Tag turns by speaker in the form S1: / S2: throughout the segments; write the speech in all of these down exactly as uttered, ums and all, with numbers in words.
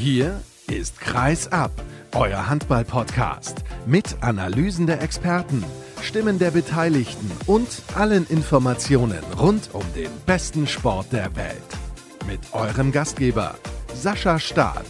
S1: Hier ist Kreis ab, euer Handball-Podcast mit Analysen der Experten, Stimmen der Beteiligten und allen Informationen rund um den besten Sport der Welt. Mit eurem Gastgeber Sascha Staat.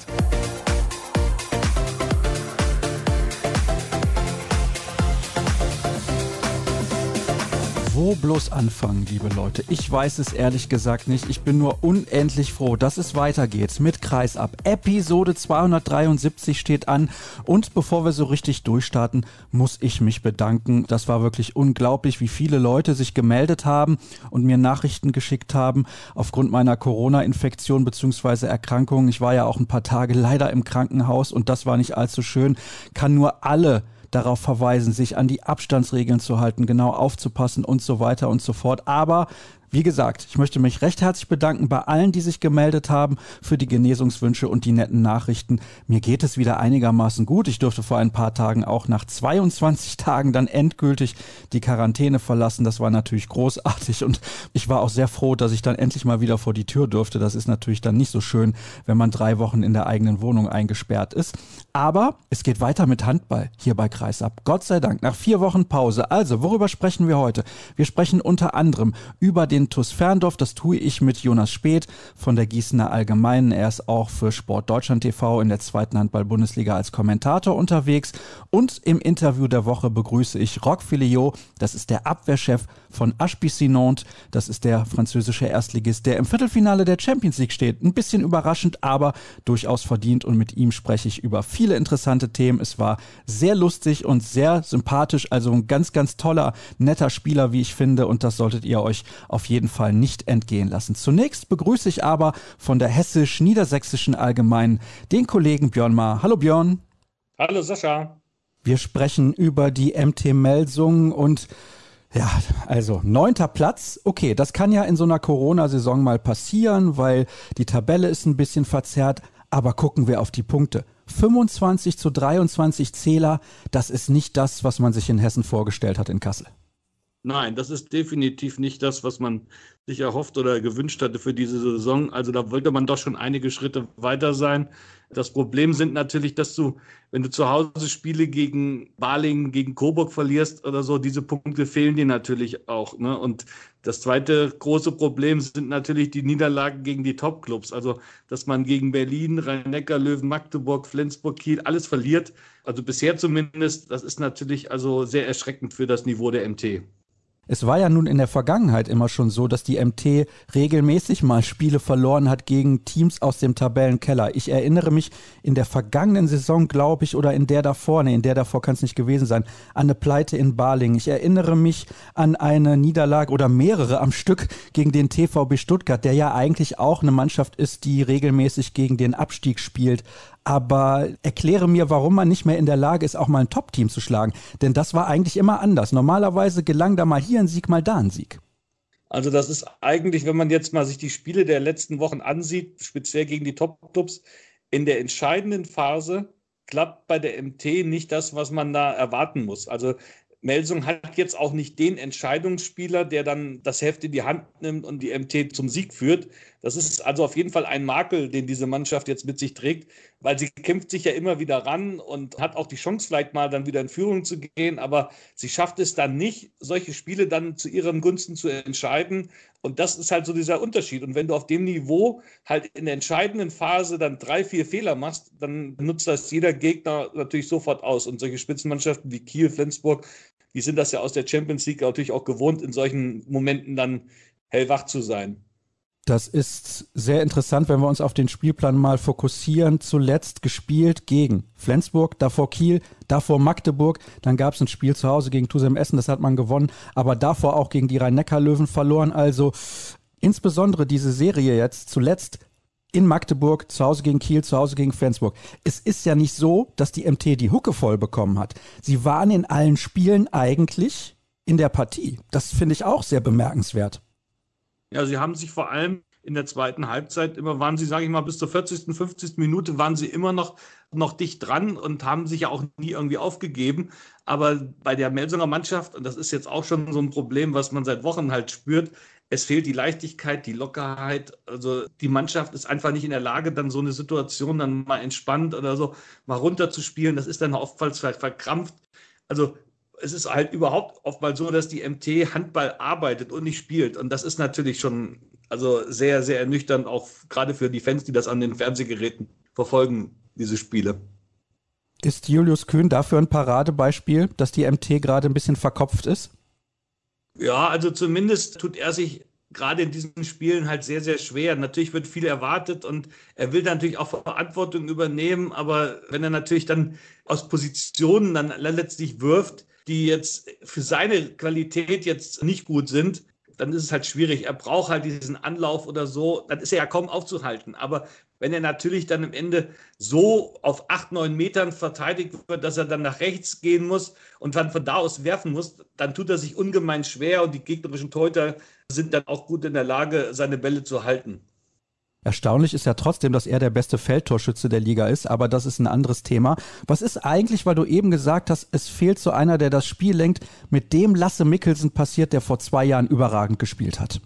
S2: Wo bloß anfangen, liebe Leute? Ich weiß es ehrlich gesagt nicht. Ich bin nur unendlich froh, dass es weitergeht mit Kreis ab. Episode zweihundertdreiundsiebzig steht an und bevor wir so richtig durchstarten, muss ich mich bedanken. Das war wirklich unglaublich, wie viele Leute sich gemeldet haben und mir Nachrichten geschickt haben aufgrund meiner Corona-Infektion bzw. Erkrankung. Ich war ja auch ein paar Tage leider im Krankenhaus und das war nicht allzu schön. Kann nur alle darauf verweisen, sich an die Abstandsregeln zu halten, genau aufzupassen und so weiter und so fort. Aber wie gesagt, ich möchte mich recht herzlich bedanken bei allen, die sich gemeldet haben für die Genesungswünsche und die netten Nachrichten. Mir geht es wieder einigermaßen gut. Ich durfte vor ein paar Tagen auch nach zweiundzwanzig Tagen dann endgültig die Quarantäne verlassen. Das war natürlich großartig und ich war auch sehr froh, dass ich dann endlich mal wieder vor die Tür durfte. Das ist natürlich dann nicht so schön, wenn man drei Wochen in der eigenen Wohnung eingesperrt ist. Aber es geht weiter mit Handball hier bei Kreis ab. Gott sei Dank, nach vier Wochen Pause. Also, worüber sprechen wir heute? Wir sprechen unter anderem über den T U S Ferndorf. Das tue ich mit Jonas Späth von der Gießener Allgemeinen. Er ist auch für Sport Deutschland T V in der zweiten Handball-Bundesliga als Kommentator unterwegs. Und im Interview der Woche begrüße ich Roch Filiot. Das ist der Abwehrchef von H B C Nantes. Das ist der französische Erstligist, der im Viertelfinale der Champions League steht. Ein bisschen überraschend, aber durchaus verdient. Und mit ihm spreche ich über viele interessante Themen. Es war sehr lustig und sehr sympathisch. Also ein ganz, ganz toller, netter Spieler, wie ich finde. Und das solltet ihr euch auf jeden Fall nicht entgehen lassen. Zunächst begrüße ich aber von der Hessisch-Niedersächsischen Allgemeinen den Kollegen Björn Maar. Hallo Björn.
S3: Hallo Sascha.
S2: Wir sprechen über die M T Melsungen und ja, also neunter Platz. Okay, das kann ja in so einer Corona-Saison mal passieren, weil die Tabelle ist ein bisschen verzerrt. Aber gucken wir auf die Punkte. fünfundzwanzig zu dreiundzwanzig Zähler, das ist nicht das, was man sich in Hessen vorgestellt hat in Kassel.
S3: Nein, das ist definitiv nicht das, was man sich erhofft oder gewünscht hatte für diese Saison. Also da wollte man doch schon einige Schritte weiter sein. Das Problem sind natürlich, dass du, wenn du zu Hause Spiele gegen Balingen, gegen Coburg verlierst oder so, diese Punkte fehlen dir natürlich auch, ne? Und das zweite große Problem sind natürlich die Niederlagen gegen die Top-Clubs. Also, dass man gegen Berlin, Rhein-Neckar, Löwen, Magdeburg, Flensburg, Kiel alles verliert. Also bisher zumindest, das ist natürlich also sehr erschreckend für das Niveau der M T.
S2: Es war ja nun in der Vergangenheit immer schon so, dass die M T regelmäßig mal Spiele verloren hat gegen Teams aus dem Tabellenkeller. Ich erinnere mich in der vergangenen Saison, glaube ich, oder in der davor, nee, in der davor kann es nicht gewesen sein, an eine Pleite in Balingen. Ich erinnere mich an eine Niederlage oder mehrere am Stück gegen den T V B Stuttgart, der ja eigentlich auch eine Mannschaft ist, die regelmäßig gegen den Abstieg spielt. Aber erkläre mir, warum man nicht mehr in der Lage ist, auch mal ein Top-Team zu schlagen. Denn das war eigentlich immer anders. Normalerweise gelang da mal hier ein Sieg, mal da ein Sieg.
S3: Also das ist eigentlich, wenn man jetzt mal sich die Spiele der letzten Wochen ansieht, speziell gegen die Top-Clubs, in der entscheidenden Phase klappt bei der M T nicht das, was man da erwarten muss. Also Melsung hat jetzt auch nicht den Entscheidungsspieler, der dann das Heft in die Hand nimmt und die M T zum Sieg führt. Das ist also auf jeden Fall ein Makel, den diese Mannschaft jetzt mit sich trägt, weil sie kämpft sich ja immer wieder ran und hat auch die Chance, vielleicht mal dann wieder in Führung zu gehen, aber sie schafft es dann nicht, solche Spiele dann zu ihren Gunsten zu entscheiden. Und das ist halt so dieser Unterschied. Und wenn du auf dem Niveau halt in der entscheidenden Phase dann drei, vier Fehler machst, dann nutzt das jeder Gegner natürlich sofort aus. Und solche Spitzenmannschaften wie Kiel, Flensburg, die sind das ja aus der Champions League natürlich auch gewohnt, in solchen Momenten dann hellwach zu sein.
S2: Das ist sehr interessant, wenn wir uns auf den Spielplan mal fokussieren. Zuletzt gespielt gegen Flensburg, davor Kiel, davor Magdeburg. Dann gab es ein Spiel zu Hause gegen Tusem Essen, das hat man gewonnen. Aber davor auch gegen die Rhein-Neckar-Löwen verloren. Also insbesondere diese Serie jetzt zuletzt in Magdeburg, zu Hause gegen Kiel, zu Hause gegen Flensburg. Es ist ja nicht so, dass die M T die Hucke voll bekommen hat. Sie waren in allen Spielen eigentlich in der Partie. Das finde ich auch sehr bemerkenswert.
S3: Ja, sie haben sich vor allem in der zweiten Halbzeit immer, waren sie, sage ich mal, bis zur vierzigsten, fünfzigsten Minute waren sie immer noch, noch dicht dran und haben sich ja auch nie irgendwie aufgegeben. Aber bei der Melsunger Mannschaft, und das ist jetzt auch schon so ein Problem, was man seit Wochen halt spürt, Es fehlt die Leichtigkeit, die Lockerheit. Also die Mannschaft ist einfach nicht in der Lage, dann so eine Situation dann mal entspannt oder so mal runterzuspielen. Das ist dann oftmals verkrampft. Also es ist halt überhaupt oftmals so, dass die M T Handball arbeitet und nicht spielt. Und das ist natürlich schon also sehr, sehr ernüchternd, auch gerade für die Fans, die das an den Fernsehgeräten verfolgen, diese Spiele.
S2: Ist Julius Kühn dafür ein Paradebeispiel, dass die M T gerade ein bisschen verkopft ist?
S3: Ja, also zumindest tut er sich gerade in diesen Spielen halt sehr, sehr schwer. Natürlich wird viel erwartet und er will natürlich auch Verantwortung übernehmen, aber wenn er natürlich dann aus Positionen dann letztlich wirft, die jetzt für seine Qualität jetzt nicht gut sind, dann ist es halt schwierig. Er braucht halt diesen Anlauf oder so, dann ist er ja kaum aufzuhalten. Aber wenn er natürlich dann am Ende so auf acht, neun Metern verteidigt wird, dass er dann nach rechts gehen muss und dann von da aus werfen muss, dann tut er sich ungemein schwer und die gegnerischen Torhüter sind dann auch gut in der Lage, seine Bälle zu halten.
S2: Erstaunlich ist ja trotzdem, dass er der beste Feldtorschütze der Liga ist, aber das ist ein anderes Thema. Was ist eigentlich, weil du eben gesagt hast, es fehlt so einer, der das Spiel lenkt, mit dem Lasse Mikkelsen passiert, der vor zwei Jahren überragend gespielt hat?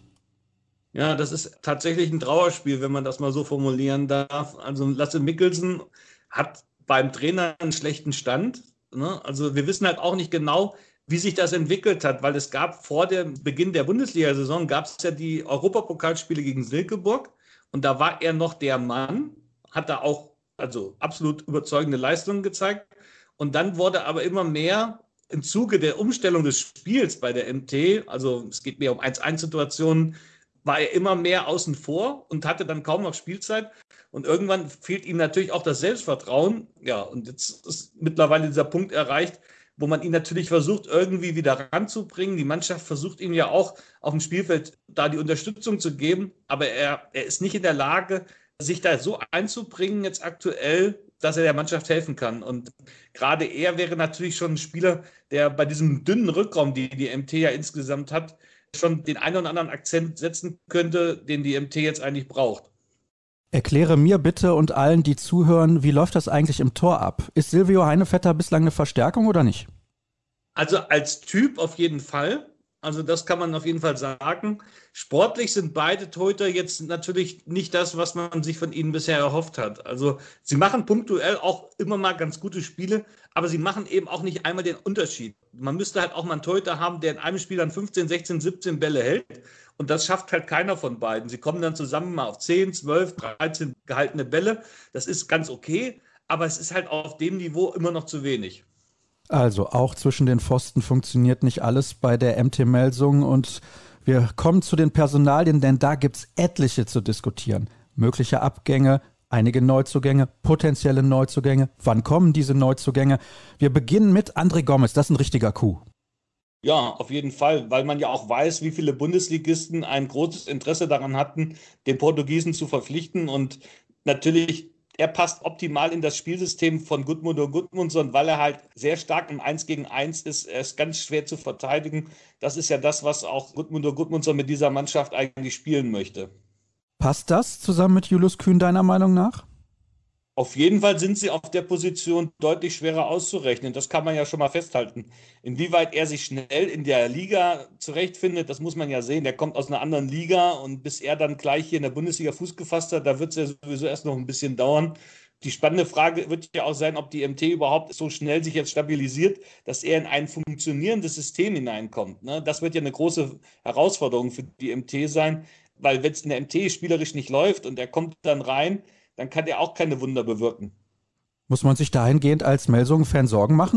S3: Ja, das ist tatsächlich ein Trauerspiel, wenn man das mal so formulieren darf. Also Lasse Mikkelsen hat beim Trainer einen schlechten Stand. Ne? Also wir wissen halt auch nicht genau, wie sich das entwickelt hat, weil es gab vor dem Beginn der Bundesliga-Saison, gab es ja die Europapokalspiele gegen Silkeborg. Und da war er noch der Mann, hat da auch also absolut überzeugende Leistungen gezeigt. Und dann wurde aber immer mehr im Zuge der Umstellung des Spiels bei der M T, also es geht mehr um eins eins Situationen, war er immer mehr außen vor und hatte dann kaum noch Spielzeit. Und irgendwann fehlt ihm natürlich auch das Selbstvertrauen. Ja, und jetzt ist mittlerweile dieser Punkt erreicht, wo man ihn natürlich versucht, irgendwie wieder ranzubringen. Die Mannschaft versucht ihm ja auch auf dem Spielfeld da die Unterstützung zu geben, aber er, er ist nicht in der Lage, sich da so einzubringen jetzt aktuell, dass er der Mannschaft helfen kann. Und gerade er wäre natürlich schon ein Spieler, der bei diesem dünnen Rückraum, die die M T ja insgesamt hat, schon den einen oder anderen Akzent setzen könnte, den die M T jetzt eigentlich braucht.
S2: Erkläre mir bitte und allen, die zuhören, wie läuft das eigentlich im Tor ab? Ist Silvio Heinevetter bislang eine Verstärkung oder nicht?
S3: Also als Typ auf jeden Fall. Also das kann man auf jeden Fall sagen. Sportlich sind beide Torhüter jetzt natürlich nicht das, was man sich von ihnen bisher erhofft hat. Also sie machen punktuell auch immer mal ganz gute Spiele, aber sie machen eben auch nicht einmal den Unterschied. Man müsste halt auch mal einen Torhüter haben, der in einem Spiel dann fünfzehn, sechzehn, siebzehn Bälle hält. Und das schafft halt keiner von beiden. Sie kommen dann zusammen mal auf zehn, zwölf, dreizehn gehaltene Bälle. Das ist ganz okay, aber es ist halt auf dem Niveau immer noch zu wenig.
S2: Also auch zwischen den Pfosten funktioniert nicht alles bei der M T Melsungen und wir kommen zu den Personalien, denn da gibt es etliche zu diskutieren. Mögliche Abgänge, einige Neuzugänge, potenzielle Neuzugänge. Wann kommen diese Neuzugänge? Wir beginnen mit André Gomes, das ist ein richtiger Coup.
S3: Ja, auf jeden Fall, weil man ja auch weiß, wie viele Bundesligisten ein großes Interesse daran hatten, den Portugiesen zu verpflichten. Und natürlich, er passt optimal in das Spielsystem von Gudmundur Gudmundsson, weil er halt sehr stark im eins gegen eins ist. Er ist ganz schwer zu verteidigen. Das ist ja das, was auch Gudmundur Gudmundsson mit dieser Mannschaft eigentlich spielen möchte.
S2: Passt das zusammen mit Julius Kühn deiner Meinung nach?
S3: Auf jeden Fall sind sie auf der Position deutlich schwerer auszurechnen. Das kann man ja schon mal festhalten. Inwieweit er sich schnell in der Liga zurechtfindet, das muss man ja sehen. Der kommt aus einer anderen Liga und bis er dann gleich hier in der Bundesliga Fuß gefasst hat, da wird es ja sowieso erst noch ein bisschen dauern. Die spannende Frage wird ja auch sein, ob die M T überhaupt so schnell sich jetzt stabilisiert, dass er in ein funktionierendes System hineinkommt. Das wird ja eine große Herausforderung für die M T sein, weil wenn es in der M T spielerisch nicht läuft und er kommt dann rein, dann kann er auch keine Wunder bewirken.
S2: Muss man sich dahingehend als Melsungen-Fan Sorgen machen?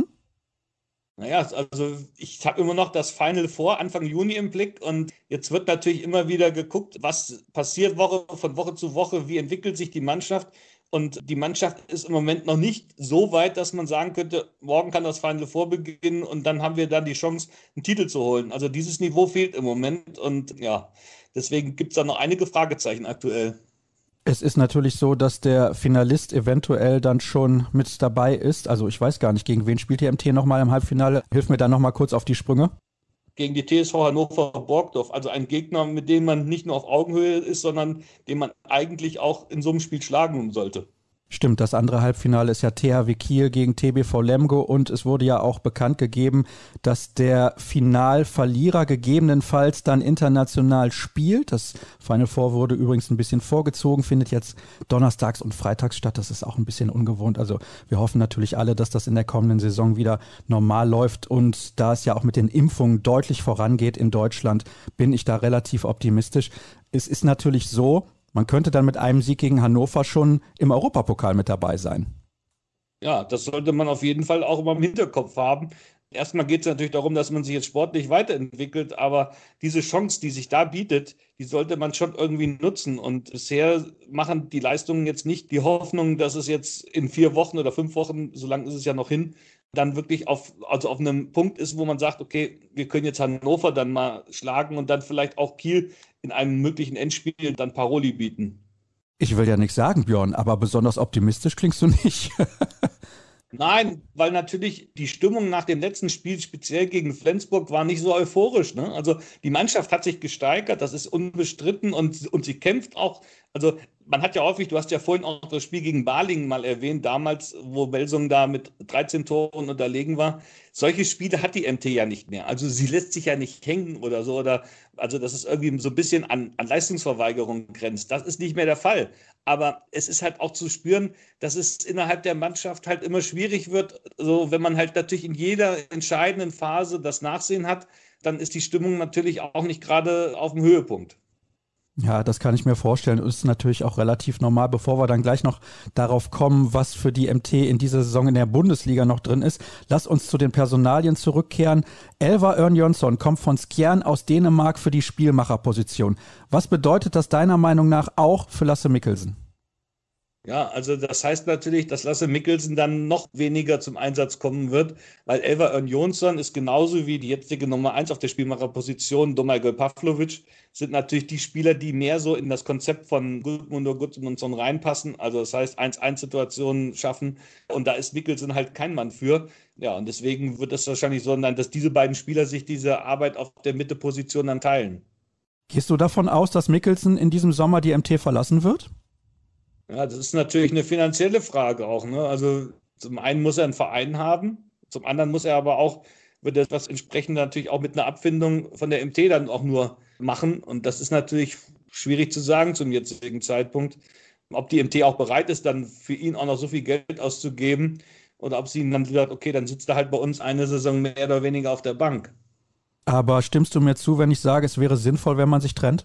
S3: Naja, also ich habe immer noch das Final Four Anfang Juni im Blick und jetzt wird natürlich immer wieder geguckt, was passiert Woche von Woche zu Woche, wie entwickelt sich die Mannschaft. Und die Mannschaft ist im Moment noch nicht so weit, dass man sagen könnte, morgen kann das Final Four beginnen und dann haben wir dann die Chance, einen Titel zu holen. Also dieses Niveau fehlt im Moment und ja, deswegen gibt es da noch einige Fragezeichen aktuell.
S2: Es ist natürlich so, dass der Finalist eventuell dann schon mit dabei ist. Also ich weiß gar nicht, gegen wen spielt die M T nochmal im Halbfinale? Hilf mir da nochmal kurz auf die Sprünge.
S3: Gegen die T S V Hannover Borgdorf. Also ein Gegner, mit dem man nicht nur auf Augenhöhe ist, sondern den man eigentlich auch in so einem Spiel schlagen sollte.
S2: Stimmt, das andere Halbfinale ist ja T H W Kiel gegen T B V Lemgo und es wurde ja auch bekannt gegeben, dass der Finalverlierer gegebenenfalls dann international spielt. Das Final Four wurde übrigens ein bisschen vorgezogen, findet jetzt donnerstags und freitags statt. Das ist auch ein bisschen ungewohnt. Also wir hoffen natürlich alle, dass das in der kommenden Saison wieder normal läuft und da es ja auch mit den Impfungen deutlich vorangeht in Deutschland, bin ich da relativ optimistisch. Es ist natürlich so, man könnte dann mit einem Sieg gegen Hannover schon im Europapokal mit dabei sein.
S3: Ja, das sollte man auf jeden Fall auch immer im Hinterkopf haben. Erstmal geht es natürlich darum, dass man sich jetzt sportlich weiterentwickelt, aber diese Chance, die sich da bietet, die sollte man schon irgendwie nutzen. Und bisher machen die Leistungen jetzt nicht die Hoffnung, dass es jetzt in vier Wochen oder fünf Wochen, so lange ist es ja noch hin, dann wirklich auf, also auf einem Punkt ist, wo man sagt, okay, wir können jetzt Hannover dann mal schlagen und dann vielleicht auch Kiel in einem möglichen Endspiel dann Paroli bieten.
S2: Ich will ja nichts sagen, Björn, aber besonders optimistisch klingst du nicht.
S3: Nein, weil natürlich die Stimmung nach dem letzten Spiel, speziell gegen Flensburg, war nicht so euphorisch. Ne? Also die Mannschaft hat sich gesteigert, das ist unbestritten und, und sie kämpft auch. Also man hat ja häufig, du hast ja vorhin auch das Spiel gegen Balingen mal erwähnt, damals, wo Melsung da mit dreizehn Toren unterlegen war. Solche Spiele hat die M T ja nicht mehr. Also sie lässt sich ja nicht hängen oder so. Oder, also dass es irgendwie so ein bisschen an, an Leistungsverweigerung grenzt. Das ist nicht mehr der Fall. Aber es ist halt auch zu spüren, dass es innerhalb der Mannschaft halt immer schwierig wird. So, wenn man halt natürlich in jeder entscheidenden Phase das Nachsehen hat, dann ist die Stimmung natürlich auch nicht gerade auf dem Höhepunkt.
S2: Ja, das kann ich mir vorstellen. Ist natürlich auch relativ normal. Bevor wir dann gleich noch darauf kommen, was für die M T in dieser Saison in der Bundesliga noch drin ist, lass uns zu den Personalien zurückkehren. Elva Örnjonsson kommt von Skjern aus Dänemark für die Spielmacherposition. Was bedeutet das deiner Meinung nach auch für Lasse Mikkelsen?
S3: Ja, also das heißt natürlich, dass Lasse Mikkelsen dann noch weniger zum Einsatz kommen wird, weil Elva Örnjonsson ist genauso wie die jetzige Nummer eins auf der Spielmacherposition, Domagoj Pavlovic, sind natürlich die Spieler, die mehr so in das Konzept von Gudmundur Gudmundsson reinpassen. Also das heißt, eins eins Situationen schaffen und da ist Mikkelsen halt kein Mann für. Ja, und deswegen wird es wahrscheinlich so sein, dass diese beiden Spieler sich diese Arbeit auf der Mitteposition dann teilen.
S2: Gehst du davon aus, dass Mikkelsen in diesem Sommer die M T verlassen wird?
S3: Ja, das ist natürlich eine finanzielle Frage auch. Ne? Also zum einen muss er einen Verein haben, zum anderen muss er aber auch, wird er das entsprechend natürlich auch mit einer Abfindung von der M T dann auch nur machen. Und das ist natürlich schwierig zu sagen zum jetzigen Zeitpunkt, ob die M T auch bereit ist, dann für ihn auch noch so viel Geld auszugeben oder ob sie ihm dann sagt, okay, dann sitzt er halt bei uns eine Saison mehr oder weniger auf der Bank.
S2: Aber stimmst du mir zu, wenn ich sage, es wäre sinnvoll, wenn man sich trennt?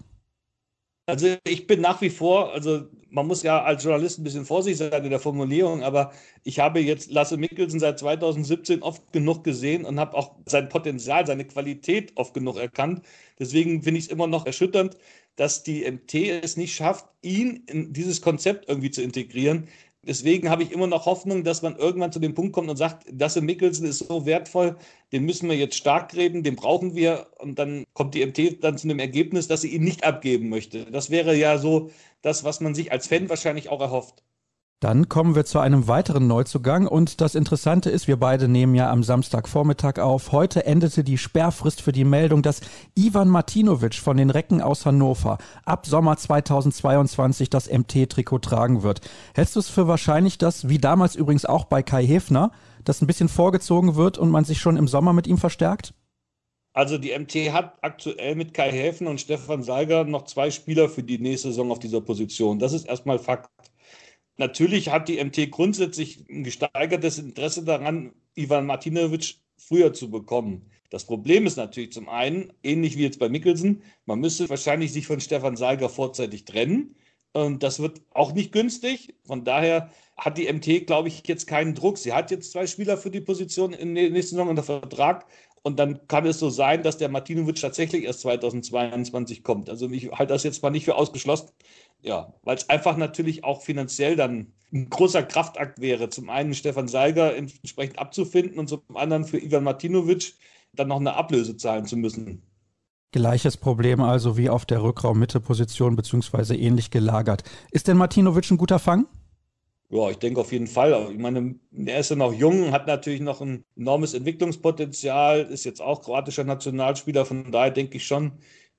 S3: Also ich bin nach wie vor, also man muss ja als Journalist ein bisschen vorsichtig sein in der Formulierung, aber ich habe jetzt Lasse Mikkelsen seit zweitausendsiebzehn oft genug gesehen und habe auch sein Potenzial, seine Qualität oft genug erkannt. Deswegen finde ich es immer noch erschütternd, dass die M T es nicht schafft, ihn in dieses Konzept irgendwie zu integrieren. Deswegen habe ich immer noch Hoffnung, dass man irgendwann zu dem Punkt kommt und sagt, Lasse Mikkelsen ist so wertvoll, den müssen wir jetzt stark reden, den brauchen wir. Und dann kommt die M T dann zu dem Ergebnis, dass sie ihn nicht abgeben möchte. Das wäre ja so das, was man sich als Fan wahrscheinlich auch erhofft.
S2: Dann kommen wir zu einem weiteren Neuzugang und das Interessante ist, wir beide nehmen ja am Samstagvormittag auf. Heute endete die Sperrfrist für die Meldung, dass Ivan Martinovic von den Recken aus Hannover ab Sommer zweitausendzweiundzwanzig das M T-Trikot tragen wird. Hältst du es für wahrscheinlich, dass, wie damals übrigens auch bei Kai Häfner, das ein bisschen vorgezogen wird und man sich schon im Sommer mit ihm verstärkt?
S3: Also die M T hat aktuell mit Kai Häfner und Stefan Salger noch zwei Spieler für die nächste Saison auf dieser Position. Das ist erstmal Fakt. Natürlich hat die M T grundsätzlich ein gesteigertes Interesse daran, Ivan Martinovic früher zu bekommen. Das Problem ist natürlich zum einen, ähnlich wie jetzt bei Mikkelsen, man müsste wahrscheinlich sich von Stefan Salger vorzeitig trennen. Und das wird auch nicht günstig. Von daher hat die M T, glaube ich, jetzt keinen Druck. Sie hat jetzt zwei Spieler für die Position in der nächsten Saison unter Vertrag. Und dann kann es so sein, dass der Martinovic tatsächlich erst zweitausendzweiundzwanzig kommt. Also ich halte das jetzt mal nicht für ausgeschlossen. Ja, weil es einfach natürlich auch finanziell dann ein großer Kraftakt wäre, zum einen Stefan Salger entsprechend abzufinden und zum anderen für Ivan Martinovic dann noch eine Ablöse zahlen zu müssen.
S2: Gleiches Problem also wie auf der Rückraum-Mitte-Position beziehungsweise ähnlich gelagert. Ist denn Martinovic ein guter Fang?
S3: Ja, ich denke auf jeden Fall. Ich meine, er ist ja noch jung, hat natürlich noch ein enormes Entwicklungspotenzial, ist jetzt auch kroatischer Nationalspieler. Von daher denke ich schon,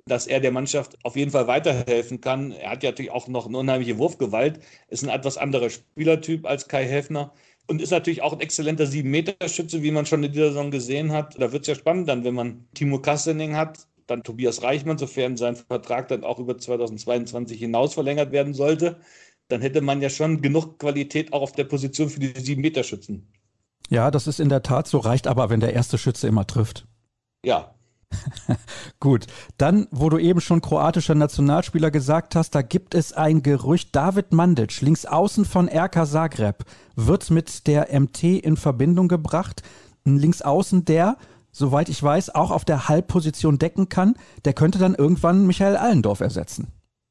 S3: dass er der Mannschaft auf jeden Fall weiterhelfen kann. Er hat ja natürlich auch noch eine unheimliche Wurfgewalt, ist ein etwas anderer Spielertyp als Kai Häfner und ist natürlich auch ein exzellenter sieben-Meter-Schütze, wie man schon in dieser Saison gesehen hat. Da wird es ja spannend dann, wenn man Timo Kassening hat, dann Tobias Reichmann, sofern sein Vertrag dann auch über zweitausendzweiundzwanzig hinaus verlängert werden sollte. Dann hätte man ja schon genug Qualität auch auf der Position für die sieben-Meter-Schützen.
S2: Ja, das ist in der Tat so, reicht aber, wenn der erste Schütze immer trifft.
S3: Ja.
S2: Gut, dann, wo du eben schon kroatischer Nationalspieler gesagt hast, da gibt es ein Gerücht, David Mandic, links außen von R K Zagreb, wird mit der M T in Verbindung gebracht. Ein Linksaußen, der, soweit ich weiß, auch auf der Halbposition decken kann, der könnte dann irgendwann Michael Allendorf ersetzen.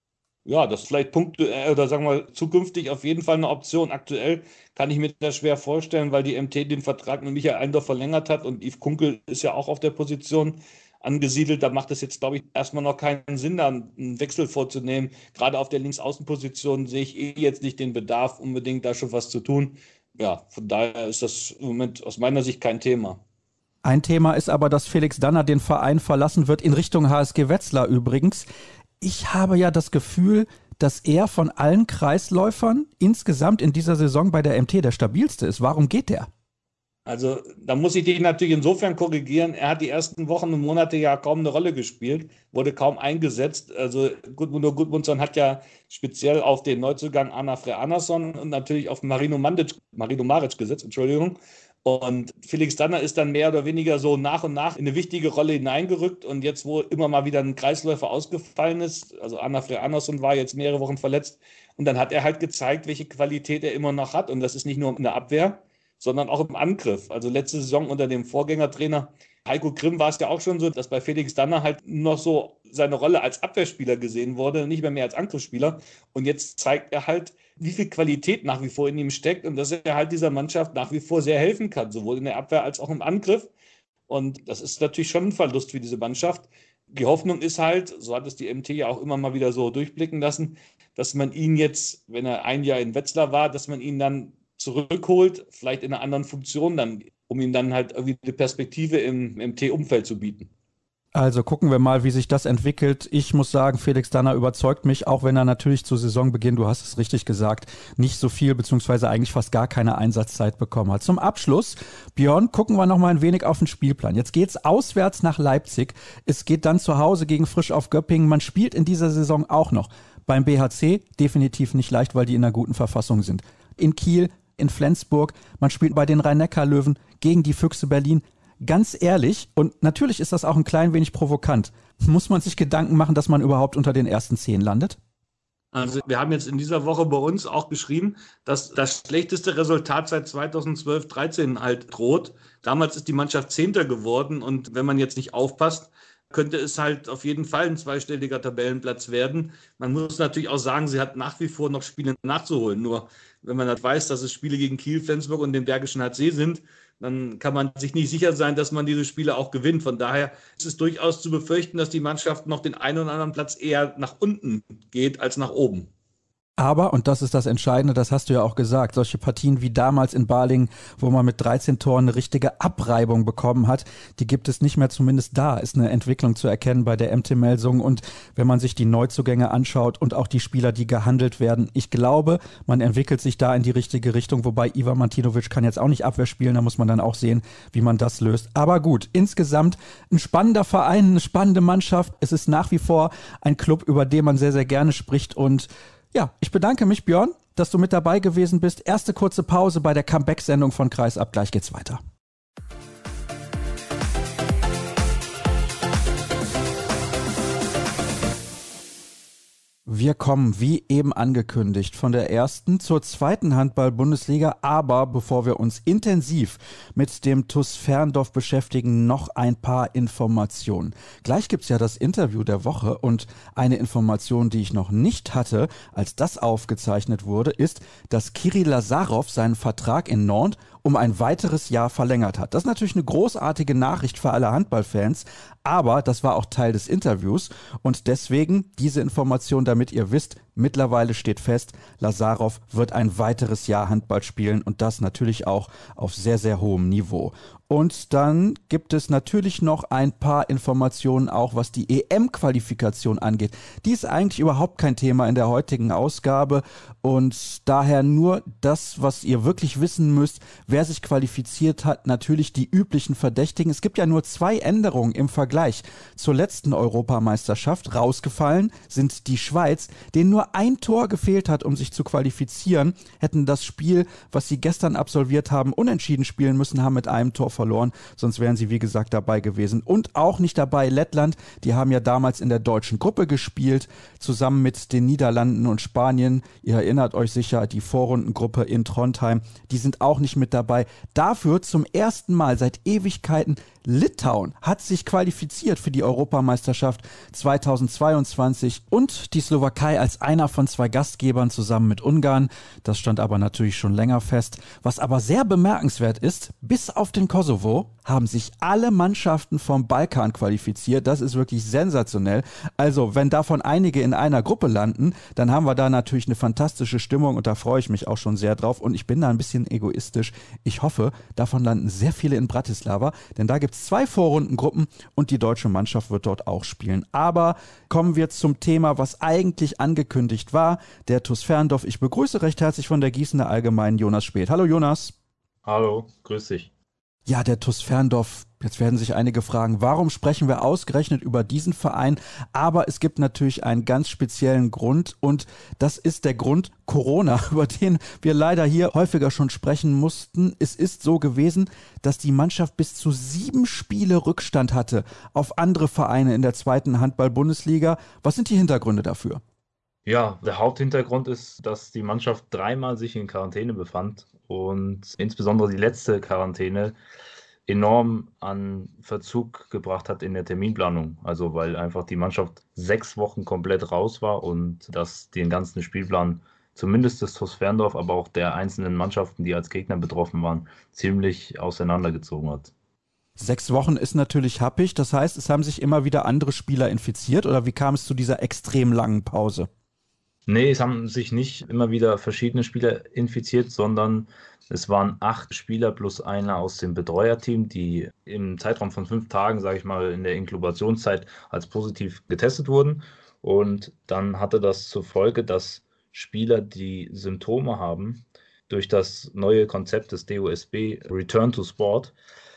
S3: Ja, das ist vielleicht punktuell oder sagen wir zukünftig auf jeden Fall eine Option. Aktuell kann ich mir das schwer vorstellen, weil die M T den Vertrag mit Michael Allendorf verlängert hat und Yves Kunkel ist ja auch auf der Position angesiedelt. Da macht es jetzt, glaube ich, erstmal noch keinen Sinn, da einen Wechsel vorzunehmen. Gerade auf der Linksaußenposition sehe ich eh jetzt nicht den Bedarf, unbedingt da schon was zu tun. Ja, von daher ist das im Moment aus meiner Sicht kein Thema.
S2: Ein Thema ist aber, dass Felix Danner den Verein verlassen wird, in Richtung H S G Wetzlar übrigens. Ich habe ja das Gefühl, dass er von allen Kreisläufern insgesamt in dieser Saison bei der M T der stabilste ist. Warum geht der?
S3: Also da muss ich dich natürlich insofern korrigieren, er hat die ersten Wochen und Monate ja kaum eine Rolle gespielt, wurde kaum eingesetzt. Also Gudmundur Gudmundsson hat ja speziell auf den Neuzugang Arnar Freanarsson und natürlich auf Marino Mandic, Marino Maric gesetzt, Entschuldigung. Und Felix Danner ist dann mehr oder weniger so nach und nach in eine wichtige Rolle hineingerückt. Und jetzt, wo immer mal wieder ein Kreisläufer ausgefallen ist, also Arnar Freanarsson war jetzt mehrere Wochen verletzt, und dann hat er halt gezeigt, welche Qualität er immer noch hat. Und das ist nicht nur in der Abwehr, sondern auch im Angriff. Also letzte Saison unter dem Vorgängertrainer Heiko Grimm war es ja auch schon so, dass bei Felix Danner halt noch so seine Rolle als Abwehrspieler gesehen wurde, nicht mehr mehr als Angriffsspieler. Und jetzt zeigt er halt, wie viel Qualität nach wie vor in ihm steckt und dass er halt dieser Mannschaft nach wie vor sehr helfen kann, sowohl in der Abwehr als auch im Angriff. Und das ist natürlich schon ein Verlust für diese Mannschaft. Die Hoffnung ist halt, so hat es die M T ja auch immer mal wieder so durchblicken lassen, dass man ihn jetzt, wenn er ein Jahr in Wetzlar war, dass man ihn dann zurückholt, vielleicht in einer anderen Funktion, dann, um ihm dann halt irgendwie eine Perspektive im M T-Umfeld zu bieten.
S2: Also gucken wir mal, wie sich das entwickelt. Ich muss sagen, Felix Danner überzeugt mich, auch wenn er natürlich zu Saisonbeginn, du hast es richtig gesagt, nicht so viel beziehungsweise eigentlich fast gar keine Einsatzzeit bekommen hat. Zum Abschluss, Björn, gucken wir noch mal ein wenig auf den Spielplan. Jetzt geht's auswärts nach Leipzig. Es geht dann zu Hause gegen Frisch auf Göppingen. Man spielt in dieser Saison auch noch beim B H C, definitiv nicht leicht, weil die in einer guten Verfassung sind. In Kiel, in Flensburg, man spielt bei den Rhein-Neckar-Löwen gegen die Füchse Berlin. Ganz ehrlich, und natürlich ist das auch ein klein wenig provokant, muss man sich Gedanken machen, dass man überhaupt unter den ersten zehn landet?
S3: Also wir haben jetzt in dieser Woche bei uns auch geschrieben, dass das schlechteste Resultat seit zweitausendzwölf dreizehn halt droht. Damals ist die Mannschaft Zehnter geworden und wenn man jetzt nicht aufpasst, könnte es halt auf jeden Fall ein zweistelliger Tabellenplatz werden. Man muss natürlich auch sagen, sie hat nach wie vor noch Spiele nachzuholen. Nur wenn man halt weiß, dass es Spiele gegen Kiel, Flensburg und den Bergischen H C sind, dann kann man sich nicht sicher sein, dass man diese Spiele auch gewinnt. Von daher ist es durchaus zu befürchten, dass die Mannschaft noch den einen oder anderen Platz eher nach unten geht als nach oben.
S2: Aber, und das ist das Entscheidende, das hast du ja auch gesagt, solche Partien wie damals in Balingen, wo man mit dreizehn Toren eine richtige Abreibung bekommen hat, die gibt es nicht mehr, zumindest da ist eine Entwicklung zu erkennen bei der M T Melsungen. Und wenn man sich die Neuzugänge anschaut und auch die Spieler, die gehandelt werden, ich glaube, man entwickelt sich da in die richtige Richtung, wobei Ivan Martinovic kann jetzt auch nicht Abwehr spielen, da muss man dann auch sehen, wie man das löst. Aber gut, insgesamt ein spannender Verein, eine spannende Mannschaft, es ist nach wie vor ein Club, über den man sehr, sehr gerne spricht. Und ja, ich bedanke mich, Björn, dass du mit dabei gewesen bist. Erste kurze Pause bei der Comeback-Sendung von Kreisab. Gleich geht's weiter. Wir kommen, wie eben angekündigt, von der ersten zur zweiten Handball-Bundesliga. Aber bevor wir uns intensiv mit dem T U S Ferndorf beschäftigen, noch ein paar Informationen. Gleich gibt's ja das Interview der Woche und eine Information, die ich noch nicht hatte, als das aufgezeichnet wurde, ist, dass Kirill Lazarov seinen Vertrag in Nantes um ein weiteres Jahr verlängert hat. Das ist natürlich eine großartige Nachricht für alle Handballfans, aber das war auch Teil des Interviews und deswegen diese Information, damit ihr wisst, Mittlerweile steht fest, Lazarov wird ein weiteres Jahr Handball spielen und das natürlich auch auf sehr, sehr hohem Niveau. Und dann gibt es natürlich noch ein paar Informationen auch, was die E M-Qualifikation angeht. Die ist eigentlich überhaupt kein Thema in der heutigen Ausgabe und daher nur das, was ihr wirklich wissen müsst, wer sich qualifiziert hat, natürlich die üblichen Verdächtigen. Es gibt ja nur zwei Änderungen im Vergleich zur letzten Europameisterschaft. Rausgefallen sind die Schweiz, denen nur ein Tor gefehlt hat, um sich zu qualifizieren, hätten das Spiel, was sie gestern absolviert haben, unentschieden spielen müssen, haben mit einem Tor verloren, sonst wären sie wie gesagt dabei gewesen. Und auch nicht dabei Lettland, die haben ja damals in der deutschen Gruppe gespielt, zusammen mit den Niederlanden und Spanien. Ihr erinnert euch sicher, die Vorrundengruppe in Trondheim, die sind auch nicht mit dabei. Dafür zum ersten Mal seit Ewigkeiten Litauen hat sich qualifiziert für die Europameisterschaft zweitausendzweiundzwanzig und die Slowakei als einer von zwei Gastgebern zusammen mit Ungarn. Das stand aber natürlich schon länger fest. Was aber sehr bemerkenswert ist, bis auf den Kosovo haben sich alle Mannschaften vom Balkan qualifiziert. Das ist wirklich sensationell. Also wenn davon einige in einer Gruppe landen, dann haben wir da natürlich eine fantastische Stimmung und da freue ich mich auch schon sehr drauf. Und ich bin da ein bisschen egoistisch. Ich hoffe, davon landen sehr viele in Bratislava, denn da gibt es zwei Vorrundengruppen und die deutsche Mannschaft wird dort auch spielen. Aber kommen wir zum Thema, was eigentlich angekündigt war. Der TuS Ferndorf. Ich begrüße recht herzlich von der Gießener Allgemeinen Jonas Späth. Hallo Jonas.
S4: Hallo, grüß dich.
S2: Ja, der TuS Ferndorf, jetzt werden sich einige fragen, warum sprechen wir ausgerechnet über diesen Verein? Aber es gibt natürlich einen ganz speziellen Grund und das ist der Grund Corona, über den wir leider hier häufiger schon sprechen mussten. Es ist so gewesen, dass die Mannschaft bis zu sieben Spiele Rückstand hatte auf andere Vereine in der zweiten Handball-Bundesliga. Was sind die Hintergründe dafür?
S4: Ja, der Haupthintergrund ist, dass die Mannschaft dreimal sich in Quarantäne befand und insbesondere die letzte Quarantäne enorm an Verzug gebracht hat in der Terminplanung. Also weil einfach die Mannschaft sechs Wochen komplett raus war und das den ganzen Spielplan, zumindest des TuS Ferndorf, aber auch der einzelnen Mannschaften, die als Gegner betroffen waren, ziemlich auseinandergezogen hat.
S2: Sechs Wochen ist natürlich happig, das heißt, es haben sich immer wieder andere Spieler infiziert oder wie kam es zu dieser extrem langen Pause?
S4: Nee, es haben sich nicht immer wieder verschiedene Spieler infiziert, sondern es waren acht Spieler plus einer aus dem Betreuerteam, die im Zeitraum von fünf Tagen, sage ich mal, in der Inkubationszeit als positiv getestet wurden. Und dann hatte das zur Folge, dass Spieler, die Symptome haben, durch das neue Konzept des D O S B Return to Sport,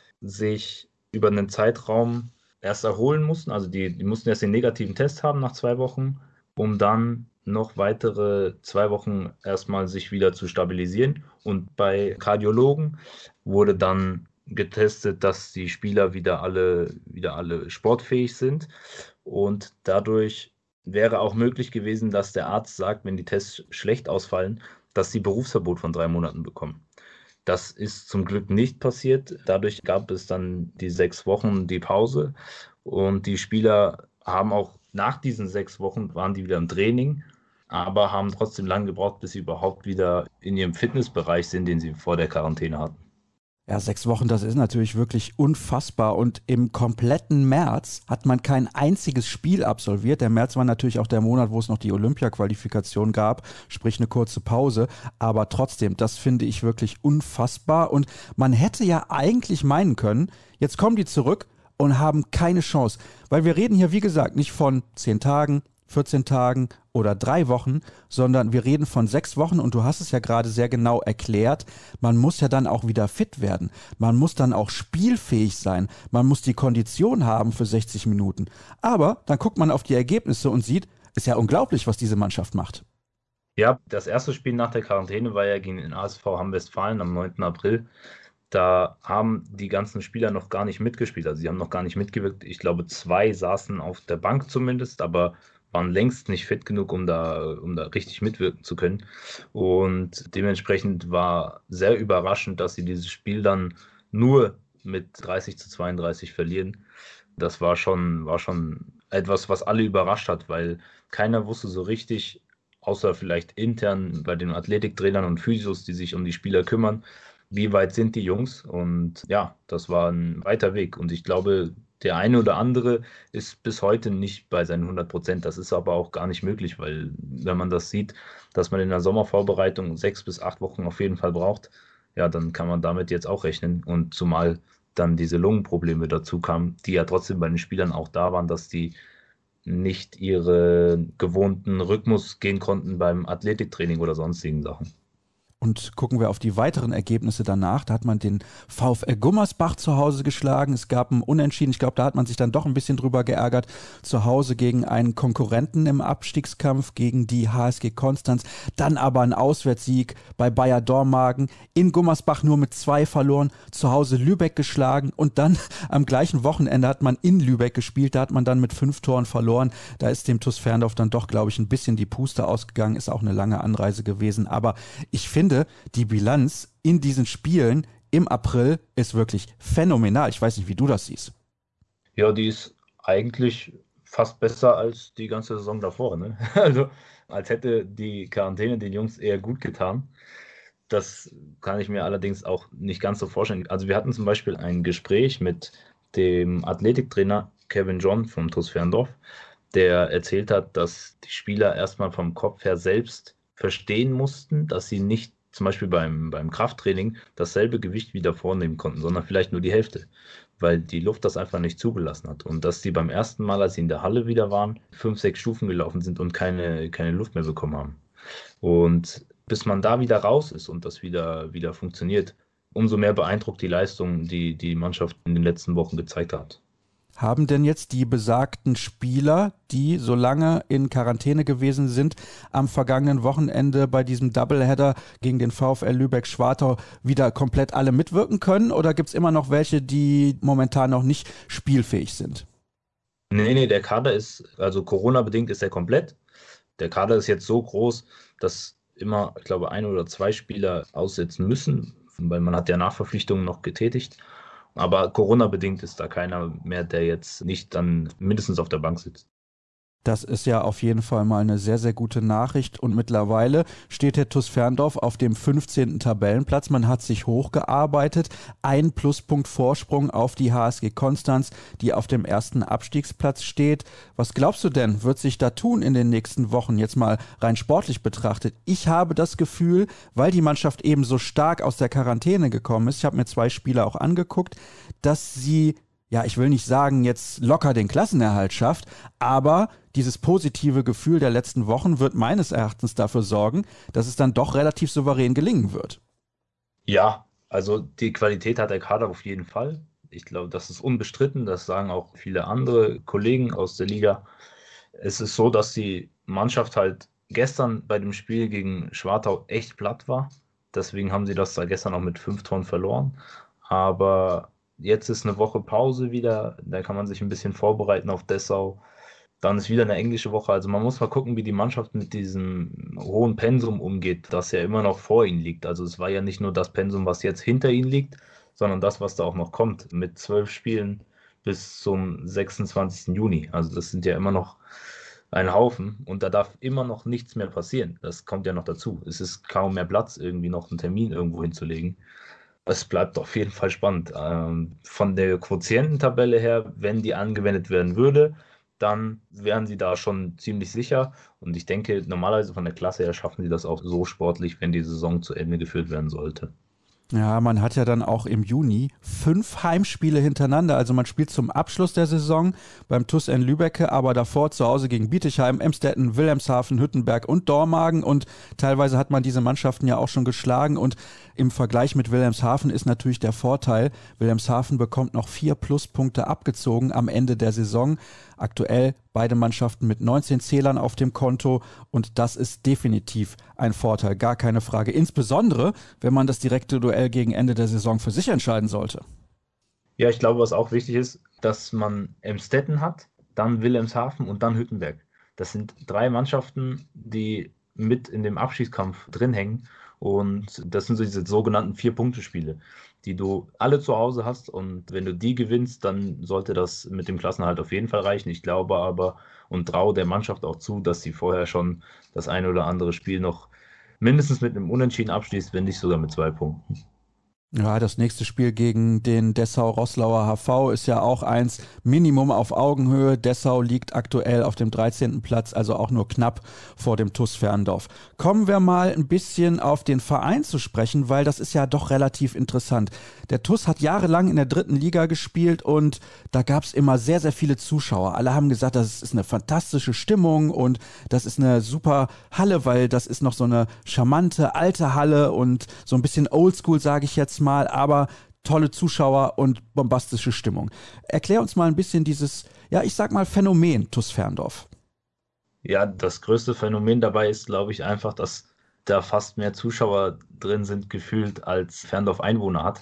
S4: sich über einen Zeitraum erst erholen mussten. Also die, die mussten erst den negativen Test haben nach zwei Wochen, um dann noch weitere zwei Wochen erstmal sich wieder zu stabilisieren. Und bei Kardiologen wurde dann getestet, dass die Spieler wieder alle, wieder alle sportfähig sind. Und dadurch wäre auch möglich gewesen, dass der Arzt sagt, wenn die Tests schlecht ausfallen, dass sie Berufsverbot von drei Monaten bekommen. Das ist zum Glück nicht passiert. Dadurch gab es dann die sechs Wochen die Pause. Und die Spieler haben auch nach diesen sechs Wochen, waren die wieder im Training, aber haben trotzdem lange gebraucht, bis sie überhaupt wieder in ihrem Fitnessbereich sind, den sie vor der Quarantäne hatten.
S2: Ja, sechs Wochen, das ist natürlich wirklich unfassbar und im kompletten März hat man kein einziges Spiel absolviert. Der März war natürlich auch der Monat, wo es noch die Olympia-Qualifikation gab, sprich eine kurze Pause, aber trotzdem, das finde ich wirklich unfassbar und man hätte ja eigentlich meinen können, jetzt kommen die zurück und haben keine Chance, weil wir reden hier, wie gesagt, nicht von zehn Tagen, vierzehn Tagen oder drei Wochen, sondern wir reden von sechs Wochen und du hast es ja gerade sehr genau erklärt, man muss ja dann auch wieder fit werden, man muss dann auch spielfähig sein, man muss die Kondition haben für sechzig Minuten, aber dann guckt man auf die Ergebnisse und sieht, ist ja unglaublich, was diese Mannschaft macht.
S4: Ja, das erste Spiel nach der Quarantäne war ja gegen den A S V Hamm-Westfalen am neunten April. Da haben die ganzen Spieler noch gar nicht mitgespielt, also sie haben noch gar nicht mitgewirkt. Ich glaube, zwei saßen auf der Bank zumindest, aber waren längst nicht fit genug, um da, um da richtig mitwirken zu können. Und dementsprechend war sehr überraschend, dass sie dieses Spiel dann nur mit dreißig zu zweiunddreißig verlieren. Das war schon, war schon etwas, was alle überrascht hat, weil keiner wusste so richtig, außer vielleicht intern bei den Athletiktrainern und Physios, die sich um die Spieler kümmern, wie weit sind die Jungs. Und ja, das war ein weiter Weg. Und ich glaube, Der eine oder andere ist bis heute nicht bei seinen hundert Prozent. Das ist aber auch gar nicht möglich, weil wenn man das sieht, dass man in der Sommervorbereitung sechs bis acht Wochen auf jeden Fall braucht, ja, dann kann man damit jetzt auch rechnen. Und zumal dann diese Lungenprobleme dazu kamen, die ja trotzdem bei den Spielern auch da waren, dass die nicht ihre gewohnten Rhythmus gehen konnten beim Athletiktraining oder sonstigen Sachen.
S2: Und gucken wir auf die weiteren Ergebnisse danach. Da hat man den VfL Gummersbach zu Hause geschlagen. Es gab ein Unentschieden. Ich glaube, da hat man sich dann doch ein bisschen drüber geärgert. Zu Hause gegen einen Konkurrenten im Abstiegskampf, gegen die H S G Konstanz. Dann aber ein Auswärtssieg bei Bayer Dormagen. In Gummersbach nur mit zwei verloren. Zu Hause Lübeck geschlagen. Und dann am gleichen Wochenende hat man in Lübeck gespielt. Da hat man dann mit fünf Toren verloren. Da ist dem T U S Ferndorf dann doch, glaube ich, ein bisschen die Puste ausgegangen. Ist auch eine lange Anreise gewesen. Aber ich finde, die Bilanz in diesen Spielen im April ist wirklich phänomenal. Ich weiß nicht, wie du das siehst.
S4: Ja, die ist eigentlich fast besser als die ganze Saison davor. Ne? Also als hätte die Quarantäne den Jungs eher gut getan. Das kann ich mir allerdings auch nicht ganz so vorstellen. Also wir hatten zum Beispiel ein Gespräch mit dem Athletiktrainer Kevin John vom T U S Ferndorf, der erzählt hat, dass die Spieler erstmal vom Kopf her selbst verstehen mussten, dass sie nicht zum Beispiel beim, beim Krafttraining dasselbe Gewicht wieder vornehmen konnten, sondern vielleicht nur die Hälfte, weil die Luft das einfach nicht zugelassen hat. Und dass die beim ersten Mal, als sie in der Halle wieder waren, fünf, sechs Stufen gelaufen sind und keine, keine Luft mehr bekommen haben. Und bis man da wieder raus ist und das wieder, wieder funktioniert, umso mehr beeindruckt die Leistung, die die Mannschaft in den letzten Wochen gezeigt hat.
S2: Haben denn jetzt die besagten Spieler, die so lange in Quarantäne gewesen sind, am vergangenen Wochenende bei diesem Doubleheader gegen den VfL Lübeck-Schwartau wieder komplett alle mitwirken können? Oder gibt es immer noch welche, die momentan noch nicht spielfähig sind?
S4: Nee, nee, der Kader ist, also Corona-bedingt ist er komplett. Der Kader ist jetzt so groß, dass immer, ich glaube, ein oder zwei Spieler aussetzen müssen, weil man hat ja Nachverpflichtungen noch getätigt. Aber Corona-bedingt ist da keiner mehr, der jetzt nicht dann mindestens auf der Bank sitzt.
S2: Das ist ja auf jeden Fall mal eine sehr, sehr gute Nachricht. Und mittlerweile steht der T U S Ferndorf auf dem fünfzehnten Tabellenplatz. Man hat sich hochgearbeitet. Ein Pluspunkt Vorsprung auf die H S G Konstanz, die auf dem ersten Abstiegsplatz steht. Was glaubst du denn, wird sich da tun in den nächsten Wochen, jetzt mal rein sportlich betrachtet? Ich habe das Gefühl, weil die Mannschaft eben so stark aus der Quarantäne gekommen ist, ich habe mir zwei Spiele auch angeguckt, dass sie, ja, ich will nicht sagen, jetzt locker den Klassenerhalt schafft, aber dieses positive Gefühl der letzten Wochen wird meines Erachtens dafür sorgen, dass es dann doch relativ souverän gelingen wird.
S4: Ja, also die Qualität hat der Kader auf jeden Fall. Ich glaube, das ist unbestritten. Das sagen auch viele andere Kollegen aus der Liga. Es ist so, dass die Mannschaft halt gestern bei dem Spiel gegen Schwartau echt platt war. Deswegen haben sie das da gestern auch mit fünf Toren verloren. Aber jetzt ist eine Woche Pause wieder. Da kann man sich ein bisschen vorbereiten auf Dessau. Dann ist wieder eine englische Woche. Also man muss mal gucken, wie die Mannschaft mit diesem hohen Pensum umgeht, das ja immer noch vor ihnen liegt. Also es war ja nicht nur das Pensum, was jetzt hinter ihnen liegt, sondern das, was da auch noch kommt, mit zwölf Spielen bis zum sechsundzwanzigsten Juni. Also das sind ja immer noch ein Haufen und da darf immer noch nichts mehr passieren. Das kommt ja noch dazu. Es ist kaum mehr Platz, irgendwie noch einen Termin irgendwo hinzulegen. Es bleibt auf jeden Fall spannend. Ähm, von der Quotiententabelle her, wenn die angewendet werden würde, dann wären sie da schon ziemlich sicher. Und ich denke, normalerweise von der Klasse her schaffen sie das auch so sportlich, wenn die Saison zu Ende geführt werden sollte.
S2: Ja, man hat ja dann auch im Juni fünf Heimspiele hintereinander. Also man spielt zum Abschluss der Saison beim T U S in Lübbecke, aber davor zu Hause gegen Bietigheim, Emstetten, Wilhelmshaven, Hüttenberg und Dormagen. Und teilweise hat man diese Mannschaften ja auch schon geschlagen. Und im Vergleich mit Wilhelmshaven ist natürlich der Vorteil, Wilhelmshaven bekommt noch vier Pluspunkte abgezogen am Ende der Saison. Aktuell beide Mannschaften mit neunzehn Zählern auf dem Konto und das ist definitiv ein Vorteil, gar keine Frage. Insbesondere, wenn man das direkte Duell gegen Ende der Saison für sich entscheiden sollte.
S4: Ja, ich glaube, was auch wichtig ist, dass man Emstetten hat, dann Wilhelmshaven und dann Hüttenberg. Das sind drei Mannschaften, die mit in dem Abstiegskampf drin hängen und das sind so diese sogenannten Vier-Punkte-Spiele, die du alle zu Hause hast und wenn du die gewinnst, dann sollte das mit dem Klassenerhalt auf jeden Fall reichen. Ich glaube aber und traue der Mannschaft auch zu, dass sie vorher schon das eine oder andere Spiel noch mindestens mit einem Unentschieden abschließt, wenn nicht sogar mit zwei Punkten.
S2: Ja, das nächste Spiel gegen den Dessau-Roßlauer H V ist ja auch eins Minimum auf Augenhöhe. Dessau liegt aktuell auf dem dreizehnten Platz, also auch nur knapp vor dem T U S Ferndorf. Kommen wir mal ein bisschen auf den Verein zu sprechen, weil das ist ja doch relativ interessant. Der T U S hat jahrelang in der dritten Liga gespielt und da gab es immer sehr, sehr viele Zuschauer. Alle haben gesagt, das ist eine fantastische Stimmung und das ist eine super Halle, weil das ist noch so eine charmante alte Halle und so ein bisschen oldschool, sage ich jetzt mal, aber tolle Zuschauer und bombastische Stimmung. Erklär uns mal ein bisschen dieses, ja, ich sag mal Phänomen T U S Ferndorf.
S4: Ja, das größte Phänomen dabei ist, glaube ich, einfach, dass da fast mehr Zuschauer drin sind, gefühlt, als Ferndorf Einwohner hat.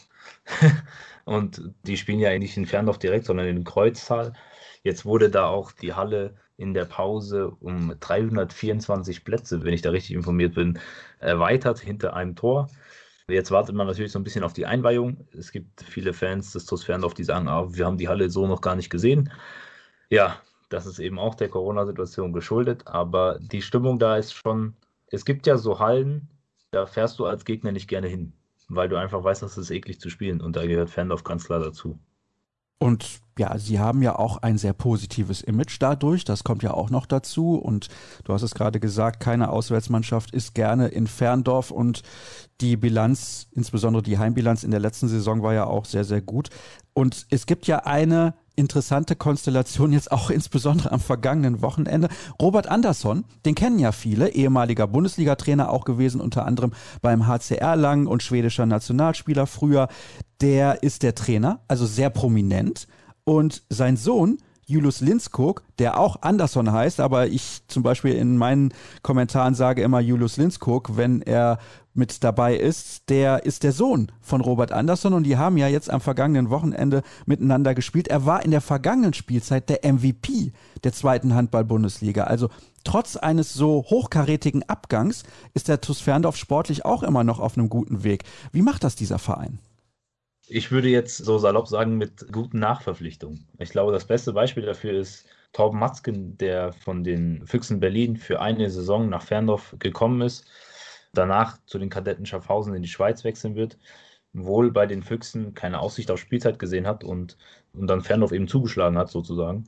S4: Und die spielen ja nicht in Ferndorf direkt, sondern in Kreuztal. Jetzt wurde da auch die Halle in der Pause um dreihundertvierundzwanzig Plätze, wenn ich da richtig informiert bin, erweitert hinter einem Tor. Jetzt wartet man natürlich so ein bisschen auf die Einweihung. Es gibt viele Fans des T U S Ferndorf, die sagen, ah, wir haben die Halle so noch gar nicht gesehen. Ja, das ist eben auch der Corona-Situation geschuldet, aber die Stimmung da ist schon, es gibt ja so Hallen, da fährst du als Gegner nicht gerne hin, weil du einfach weißt, dass es eklig zu spielen und da gehört Ferndorf ganz klar dazu.
S2: Und ja, sie haben ja auch ein sehr positives Image dadurch, das kommt ja auch noch dazu und du hast es gerade gesagt, keine Auswärtsmannschaft ist gerne in Ferndorf und die Bilanz, insbesondere die Heimbilanz in der letzten Saison war ja auch sehr, sehr gut und es gibt ja eine interessante Konstellation jetzt auch insbesondere am vergangenen Wochenende. Robert Andersson, den kennen ja viele, ehemaliger Bundesliga-Trainer auch gewesen, unter anderem beim H C Erlangen und schwedischer Nationalspieler früher. Der ist der Trainer, also sehr prominent und sein Sohn Julius Lindskog, der auch Andersson heißt, aber ich zum Beispiel in meinen Kommentaren sage immer Julius Lindskog, wenn er mit dabei ist, der ist der Sohn von Robert Andersson und die haben ja jetzt am vergangenen Wochenende miteinander gespielt. Er war in der vergangenen Spielzeit der M V P der zweiten Handball-Bundesliga. Also trotz eines so hochkarätigen Abgangs ist der T U S Ferndorf sportlich auch immer noch auf einem guten Weg. Wie macht das dieser Verein?
S4: Ich würde jetzt so salopp sagen, mit guten Nachverpflichtungen. Ich glaube, das beste Beispiel dafür ist Torben Matzken, der von den Füchsen Berlin für eine Saison nach Ferndorf gekommen ist, danach zu den Kadetten Schaffhausen in die Schweiz wechseln wird, wohl bei den Füchsen keine Aussicht auf Spielzeit gesehen hat und, und dann Ferndorf eben zugeschlagen hat sozusagen.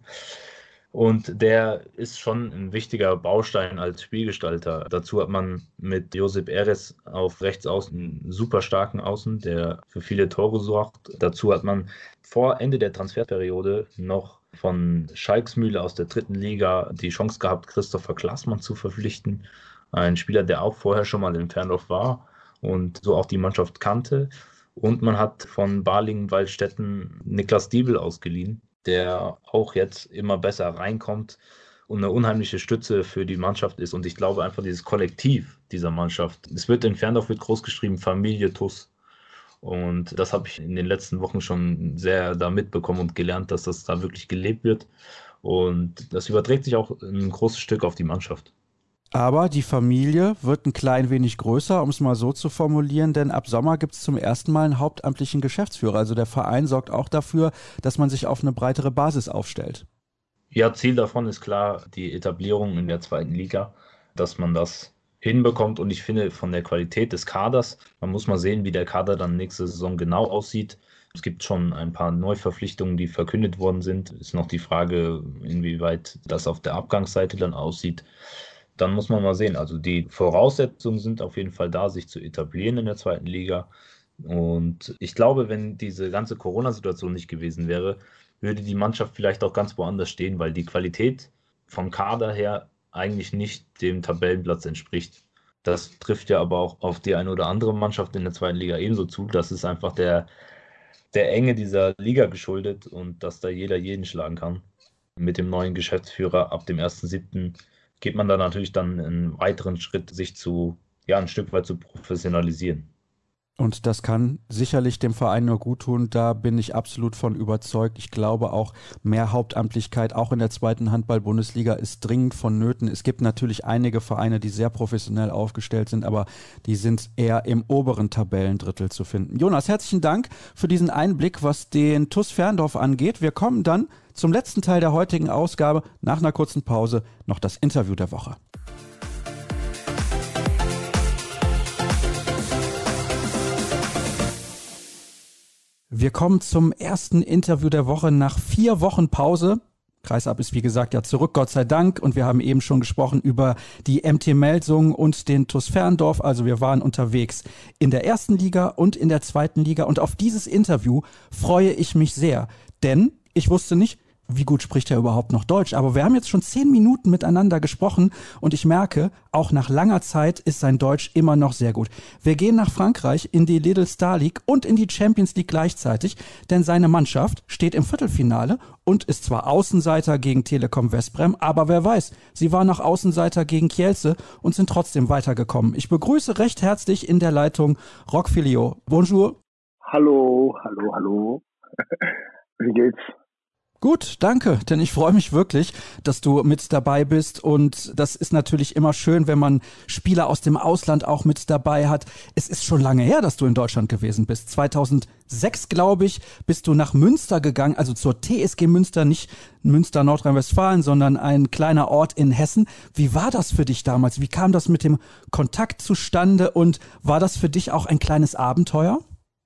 S4: Und der ist schon ein wichtiger Baustein als Spielgestalter. Dazu hat man mit Josip Eres auf rechts außen einen super starken Außen, der für viele Tore sorgt. Dazu hat man vor Ende der Transferperiode noch von Schalksmühle aus der dritten Liga die Chance gehabt, Christopher Klaßmann zu verpflichten. Ein Spieler, der auch vorher schon mal in Ferndorf war und so auch die Mannschaft kannte. Und man hat von Balingen-Waldstätten Niklas Diebel ausgeliehen, der auch jetzt immer besser reinkommt und eine unheimliche Stütze für die Mannschaft ist. Und ich glaube einfach, dieses Kollektiv dieser Mannschaft, es wird in Ferndorf wird groß geschrieben, Familie T U S. Und das habe ich in den letzten Wochen schon sehr da mitbekommen und gelernt, dass das da wirklich gelebt wird. Und das überträgt sich auch ein großes Stück auf die Mannschaft.
S2: Aber die Familie wird ein klein wenig größer, um es mal so zu formulieren, denn ab Sommer gibt es zum ersten Mal einen hauptamtlichen Geschäftsführer. Also der Verein sorgt auch dafür, dass man sich auf eine breitere Basis aufstellt.
S4: Ja, Ziel davon ist klar die Etablierung in der zweiten Liga, dass man das hinbekommt. Und ich finde, von der Qualität des Kaders, man muss mal sehen, wie der Kader dann nächste Saison genau aussieht. Es gibt schon ein paar Neuverpflichtungen, die verkündet worden sind. Ist noch die Frage, inwieweit das auf der Abgangsseite dann aussieht. Dann muss man mal sehen. Also die Voraussetzungen sind auf jeden Fall da, sich zu etablieren in der zweiten Liga. Und ich glaube, wenn diese ganze Corona-Situation nicht gewesen wäre, würde die Mannschaft vielleicht auch ganz woanders stehen, weil die Qualität vom Kader her eigentlich nicht dem Tabellenplatz entspricht. Das trifft ja aber auch auf die eine oder andere Mannschaft in der zweiten Liga ebenso zu. Das ist einfach der, der Enge dieser Liga geschuldet und dass da jeder jeden schlagen kann. Mit dem neuen Geschäftsführer ab dem ersten siebten geht man da natürlich dann einen weiteren Schritt, sich zu, ja, ein Stück weit zu professionalisieren.
S2: Und das kann sicherlich dem Verein nur gut tun, da bin ich absolut von überzeugt. Ich glaube auch, mehr Hauptamtlichkeit, auch in der zweiten Handball-Bundesliga, ist dringend vonnöten. Es gibt natürlich einige Vereine, die sehr professionell aufgestellt sind, aber die sind eher im oberen Tabellendrittel zu finden. Jonas, herzlichen Dank für diesen Einblick, was den T U S Ferndorf angeht. Wir kommen dann zum letzten Teil der heutigen Ausgabe. Nach einer kurzen Pause noch das Interview der Woche. Wir kommen zum ersten Interview der Woche nach vier Wochen Pause. Kreisab ist wie gesagt ja zurück, Gott sei Dank. Und wir haben eben schon gesprochen über die M T Melsungen und den T U S Ferndorf. Also wir waren unterwegs in der ersten Liga und in der zweiten Liga. Und auf dieses Interview freue ich mich sehr. Denn ich wusste nicht, wie gut spricht er überhaupt noch Deutsch. Aber wir haben jetzt schon zehn Minuten miteinander gesprochen und ich merke, auch nach langer Zeit ist sein Deutsch immer noch sehr gut. Wir gehen nach Frankreich in die Lidl Star League und in die Champions League gleichzeitig, denn seine Mannschaft steht im Viertelfinale und ist zwar Außenseiter gegen Telekom Westbrem, aber wer weiß, sie waren noch Außenseiter gegen Kielce und sind trotzdem weitergekommen. Ich begrüße recht herzlich in der Leitung Roque Filio. Bonjour.
S5: Hallo, hallo, hallo. Wie geht's?
S2: Gut, danke, denn ich freue mich wirklich, dass du mit dabei bist und das ist natürlich immer schön, wenn man Spieler aus dem Ausland auch mit dabei hat. Es ist schon lange her, dass du in Deutschland gewesen bist. zweitausendsechs, glaube ich, bist du nach Münster gegangen, also zur T S G Münster, nicht Münster Nordrhein-Westfalen, sondern ein kleiner Ort in Hessen. Wie war das für dich damals? Wie kam das mit dem Kontakt zustande und war das für dich auch ein kleines Abenteuer?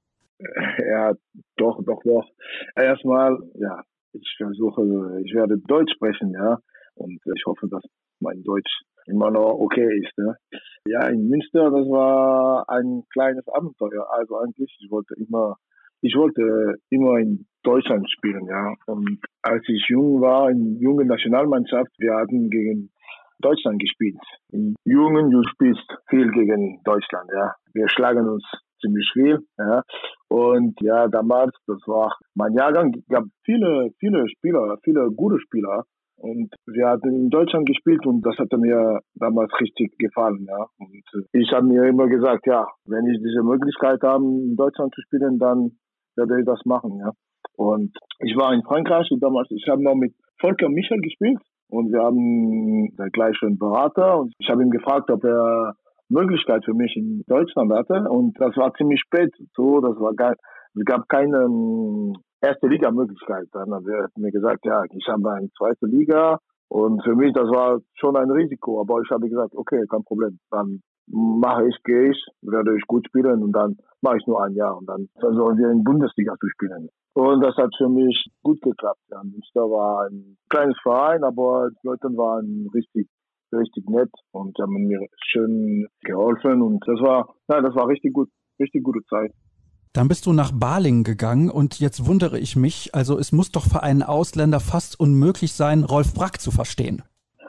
S5: Ja, doch, doch, doch. Erstmal, ja. Ich versuche, ich werde Deutsch sprechen, ja, und ich hoffe, dass mein Deutsch immer noch okay ist, ne? Ja, in Münster, das war ein kleines Abenteuer. Also eigentlich, ich wollte immer, ich wollte immer in Deutschland spielen, ja. Und als ich jung war, in jungen Nationalmannschaft, wir hatten gegen Deutschland gespielt. In Jungen, du spielst viel gegen Deutschland, ja. Wir schlagen uns ziemlich viel, ja. Und ja, damals, das war mein Jahrgang, gab viele, viele Spieler, viele gute Spieler. Und wir hatten in Deutschland gespielt und das hatte mir damals richtig gefallen, ja. Und ich habe mir immer gesagt, ja, wenn ich diese Möglichkeit habe, in Deutschland zu spielen, dann werde ich das machen, ja. Und ich war in Frankreich und damals, ich habe noch mit Volker Michel gespielt und wir haben den gleichen Berater und ich habe ihn gefragt, ob er Möglichkeit für mich in Deutschland hatte und das war ziemlich spät so, das war gar, es gab keine um, erste Liga-Möglichkeit. Dann hat er mir gesagt, ja, ich habe eine zweite Liga und für mich, das war schon ein Risiko, aber ich habe gesagt, okay, kein Problem, dann mache ich, gehe ich, werde ich gut spielen und dann mache ich nur ein Jahr und dann versuchen wir in Bundesliga zu spielen. Und das hat für mich gut geklappt. Ja. Münster war ein kleines Verein, aber die Leute waren richtig richtig nett und haben mir schön geholfen und das war, ja, das war richtig gut, richtig gute Zeit.
S2: Dann bist du nach Balingen gegangen und jetzt wundere ich mich, also es muss doch für einen Ausländer fast unmöglich sein, Rolf Brack zu verstehen.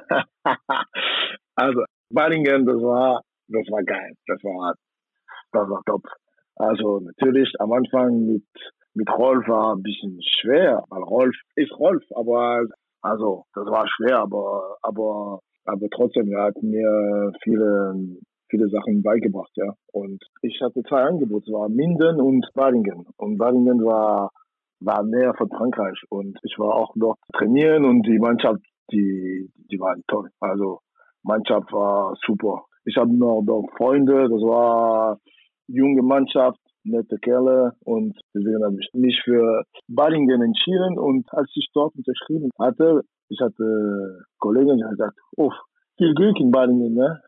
S5: Also Balingen, das war, das war geil, das war, das war top. Also natürlich am Anfang mit mit Rolf war ein bisschen schwer, weil Rolf ist Rolf, aber also das war schwer, aber aber Aber trotzdem, er hat mir viele, viele Sachen beigebracht, ja. Und ich hatte zwei Angebote, es war Minden und Balingen. Und Balingen war, war näher von Frankreich. Und ich war auch dort trainieren und die Mannschaft, die, die waren toll. Also, Mannschaft war super. Ich habe noch dort Freunde, das war junge Mannschaft, nette Kerle. Und deswegen habe ich mich für Balingen entschieden. Und als ich dort unterschrieben hatte, ich hatte Kollegen, die haben gesagt, oh, viel Glück in Balingen, ne?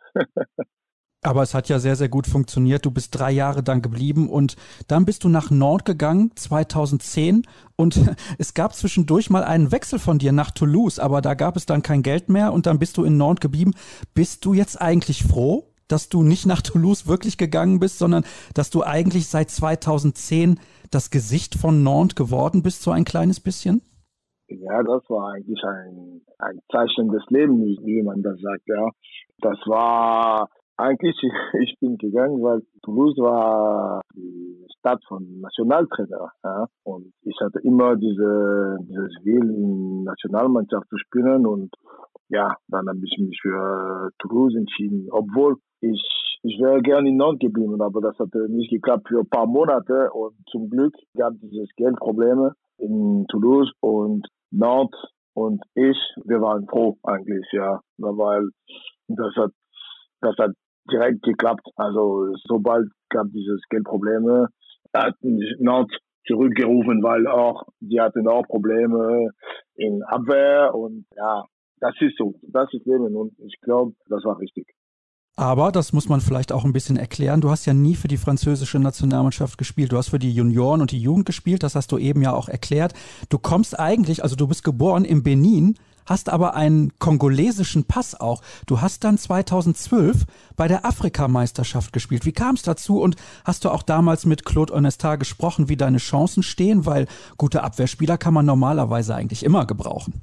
S2: Aber es hat ja sehr, sehr gut funktioniert. Du bist drei Jahre dann geblieben und dann bist du nach Nantes gegangen, zweitausendzehn. Und es gab zwischendurch mal einen Wechsel von dir nach Toulouse, aber da gab es dann kein Geld mehr und dann bist du in Nantes geblieben. Bist du jetzt eigentlich froh, dass du nicht nach Toulouse wirklich gegangen bist, sondern dass du eigentlich seit zweitausendzehn das Gesicht von Nantes geworden bist, so ein kleines bisschen?
S5: Ja, das war eigentlich ein, ein Zeichen des Lebens, wie man das sagt, ja. Das war eigentlich, ich bin gegangen, weil Toulouse war die Stadt von Nationaltrainer, ja. Und ich hatte immer diese, dieses Willen, Nationalmannschaft zu spielen und ja, dann habe ich mich für Toulouse entschieden, obwohl ich, ich wäre gerne in Nantes geblieben, aber das hatte nicht geklappt für ein paar Monate und zum Glück gab es dieses Geldprobleme in Toulouse und Nantes und ich, wir waren froh eigentlich, ja, weil das hat, das hat direkt geklappt. Also sobald gab dieses Geldprobleme, hat Nantes zurückgerufen, weil auch die hatten auch Probleme in Abwehr und ja, das ist so, das ist Leben und ich glaube, das war richtig.
S2: Aber das muss man vielleicht auch ein bisschen erklären. Du hast ja nie für die französische Nationalmannschaft gespielt. Du hast für die Junioren und die Jugend gespielt. Das hast du eben ja auch erklärt. Du kommst eigentlich, also du bist geboren in Benin, hast aber einen kongolesischen Pass auch. Du hast dann zweitausendzwölf bei der Afrikameisterschaft gespielt. Wie kam es dazu und hast du auch damals mit Claude Onesta gesprochen, wie deine Chancen stehen? Weil gute Abwehrspieler kann man normalerweise eigentlich immer gebrauchen.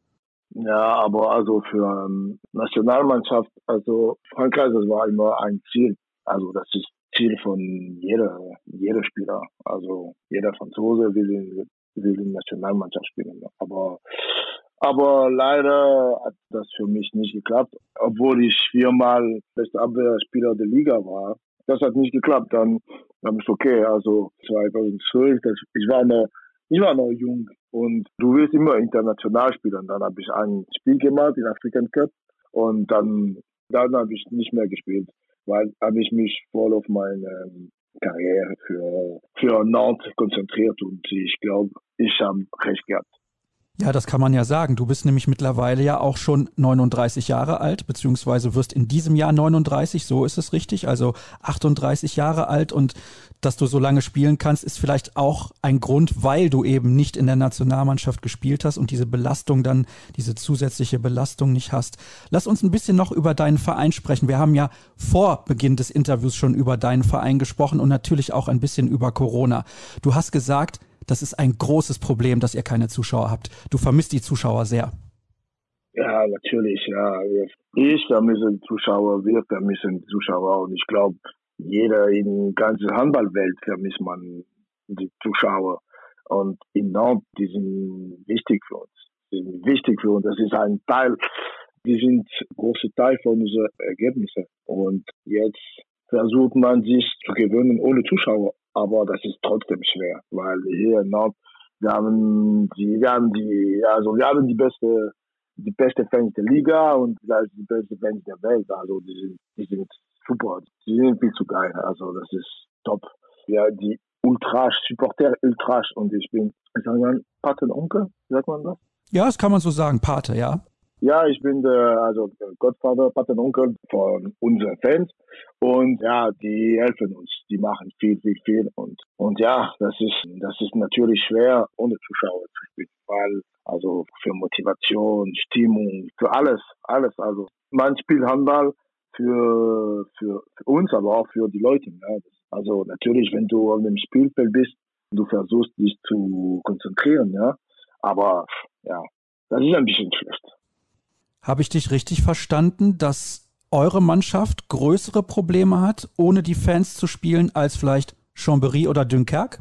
S5: Ja, aber also für ähm, Nationalmannschaft, also Frankreich, das war immer ein Ziel. Also das ist Ziel von jeder, jeder Spieler. Also jeder Franzose will in, will in Nationalmannschaft spielen. Aber, aber leider hat das für mich nicht geklappt. Obwohl ich viermal bester Abwehrspieler der Liga war. Das hat nicht geklappt. Dann habe ich okay, also zweitausendzwölf, das, ich war noch, ich war noch jung. Und du willst immer international spielen. Dann habe ich ein Spiel gemacht in African Cup und dann, dann habe ich nicht mehr gespielt, weil habe ich mich voll auf meine Karriere für, für Nantes konzentriert und ich glaube, ich habe recht gehabt.
S2: Ja, das kann man ja sagen. Du bist nämlich mittlerweile ja auch schon neununddreißig Jahre alt, beziehungsweise wirst in diesem Jahr neununddreißig, so ist es richtig, also achtunddreißig Jahre alt. Und dass du so lange spielen kannst, ist vielleicht auch ein Grund, weil du eben nicht in der Nationalmannschaft gespielt hast und diese Belastung dann, diese zusätzliche Belastung nicht hast. Lass uns ein bisschen noch über deinen Verein sprechen. Wir haben ja vor Beginn des Interviews schon über deinen Verein gesprochen und natürlich auch ein bisschen über Corona. Du hast gesagt, das ist ein großes Problem, dass ihr keine Zuschauer habt. Du vermisst die Zuschauer sehr.
S5: Ja, natürlich, ja. Ich vermisse die Zuschauer, wir vermissen die Zuschauer und ich glaube, jeder in der ganzen Handballwelt vermisst man die Zuschauer. Und in Nantes, die sind wichtig für uns. Die sind wichtig für uns. Das ist ein Teil, die sind ein großer Teil von unseren Ergebnissen. Und jetzt versucht man sich zu gewöhnen ohne Zuschauer. Aber das ist trotzdem schwer, weil hier in Nantes, wir haben die, wir haben die, also wir haben die beste, die beste Fans der Liga und die beste Fans der Welt. Also die sind, die sind super, die sind viel zu geil. Also das ist top. Ja, die Ultras, Supporter Ultras und ich bin, sagen wir, Patenonkel, sagt man das?
S2: Ja, das kann man so sagen, Pate, ja.
S5: Ja, ich bin der, also der Gottvater, Patenonkel von unseren Fans und ja, die helfen uns, die machen viel, viel, viel und und ja, das ist das ist natürlich schwer ohne Zuschauer zu spielen, weil also für Motivation, Stimmung, für alles, alles, also man spielt Handball für für, für uns, aber auch für die Leute. Ja. Also natürlich, wenn du auf dem Spielfeld bist, du versuchst dich zu konzentrieren, ja, aber ja, das ist ein bisschen schlecht.
S2: Habe ich dich richtig verstanden, dass eure Mannschaft größere Probleme hat, ohne die Fans zu spielen, als vielleicht Chambéry oder Dunkerque?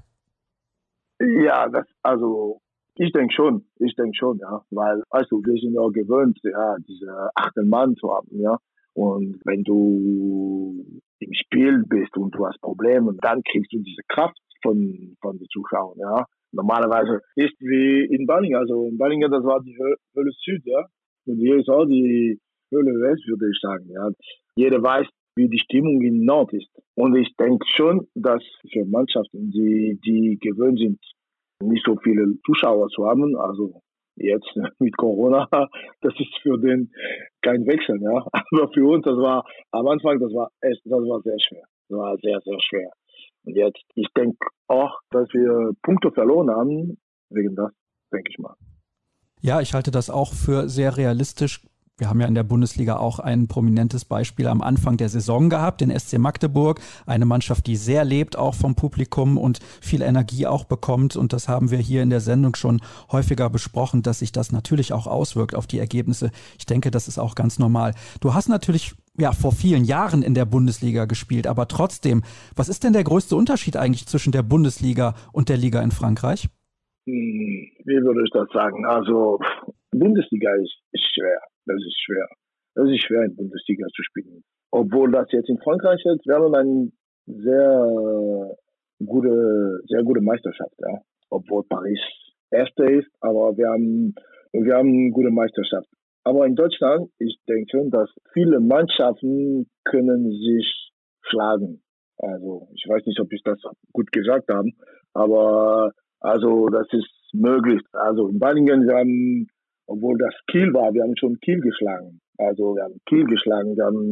S5: Ja, das, also ich denke schon, ich denke schon, ja, weil, also wir sind ja gewöhnt, ja, diese achten Mann zu haben, ja, und wenn du im Spiel bist und du hast Probleme, dann kriegst du diese Kraft von von den Zuschauern, ja. Normalerweise ist wie in Balingen, also in Balingen, das war die Höhle Süd, ja. Und hier ist auch die Höhle West, würde ich sagen. Ja. Jeder weiß, wie die Stimmung in Nord ist. Und ich denke schon, dass für Mannschaften, die, die gewöhnt sind, nicht so viele Zuschauer zu haben, also jetzt mit Corona, das ist für den kein Wechsel. Ja. Aber für uns, das war am Anfang, das war echt, das war sehr schwer. Das war sehr, sehr schwer. Und jetzt, ich denke auch, dass wir Punkte verloren haben, wegen das, denke ich mal.
S2: Ja, ich halte das auch für sehr realistisch. Wir haben ja in der Bundesliga auch ein prominentes Beispiel am Anfang der Saison gehabt, den S C Magdeburg, eine Mannschaft, die sehr lebt, auch vom Publikum und viel Energie auch bekommt. Und das haben wir hier in der Sendung schon häufiger besprochen, dass sich das natürlich auch auswirkt auf die Ergebnisse. Ich denke, das ist auch ganz normal. Du hast natürlich ja vor vielen Jahren in der Bundesliga gespielt, aber trotzdem, was ist denn der größte Unterschied eigentlich zwischen der Bundesliga und der Liga in Frankreich?
S5: Wie würde ich das sagen? Also, Bundesliga ist, ist schwer. Das ist schwer. Das ist schwer, in Bundesliga zu spielen. Obwohl das jetzt in Frankreich ist, wir haben eine sehr gute, sehr gute Meisterschaft, ja. Obwohl Paris Erste ist, aber wir haben, wir haben eine gute Meisterschaft. Aber in Deutschland, ich denke schon, dass viele Mannschaften können sich schlagen. Also, ich weiß nicht, ob ich das gut gesagt habe, aber also das ist möglich. Also in Balingen, wir haben, obwohl das Kiel war, wir haben schon Kiel geschlagen. Also wir haben Kiel geschlagen, wir haben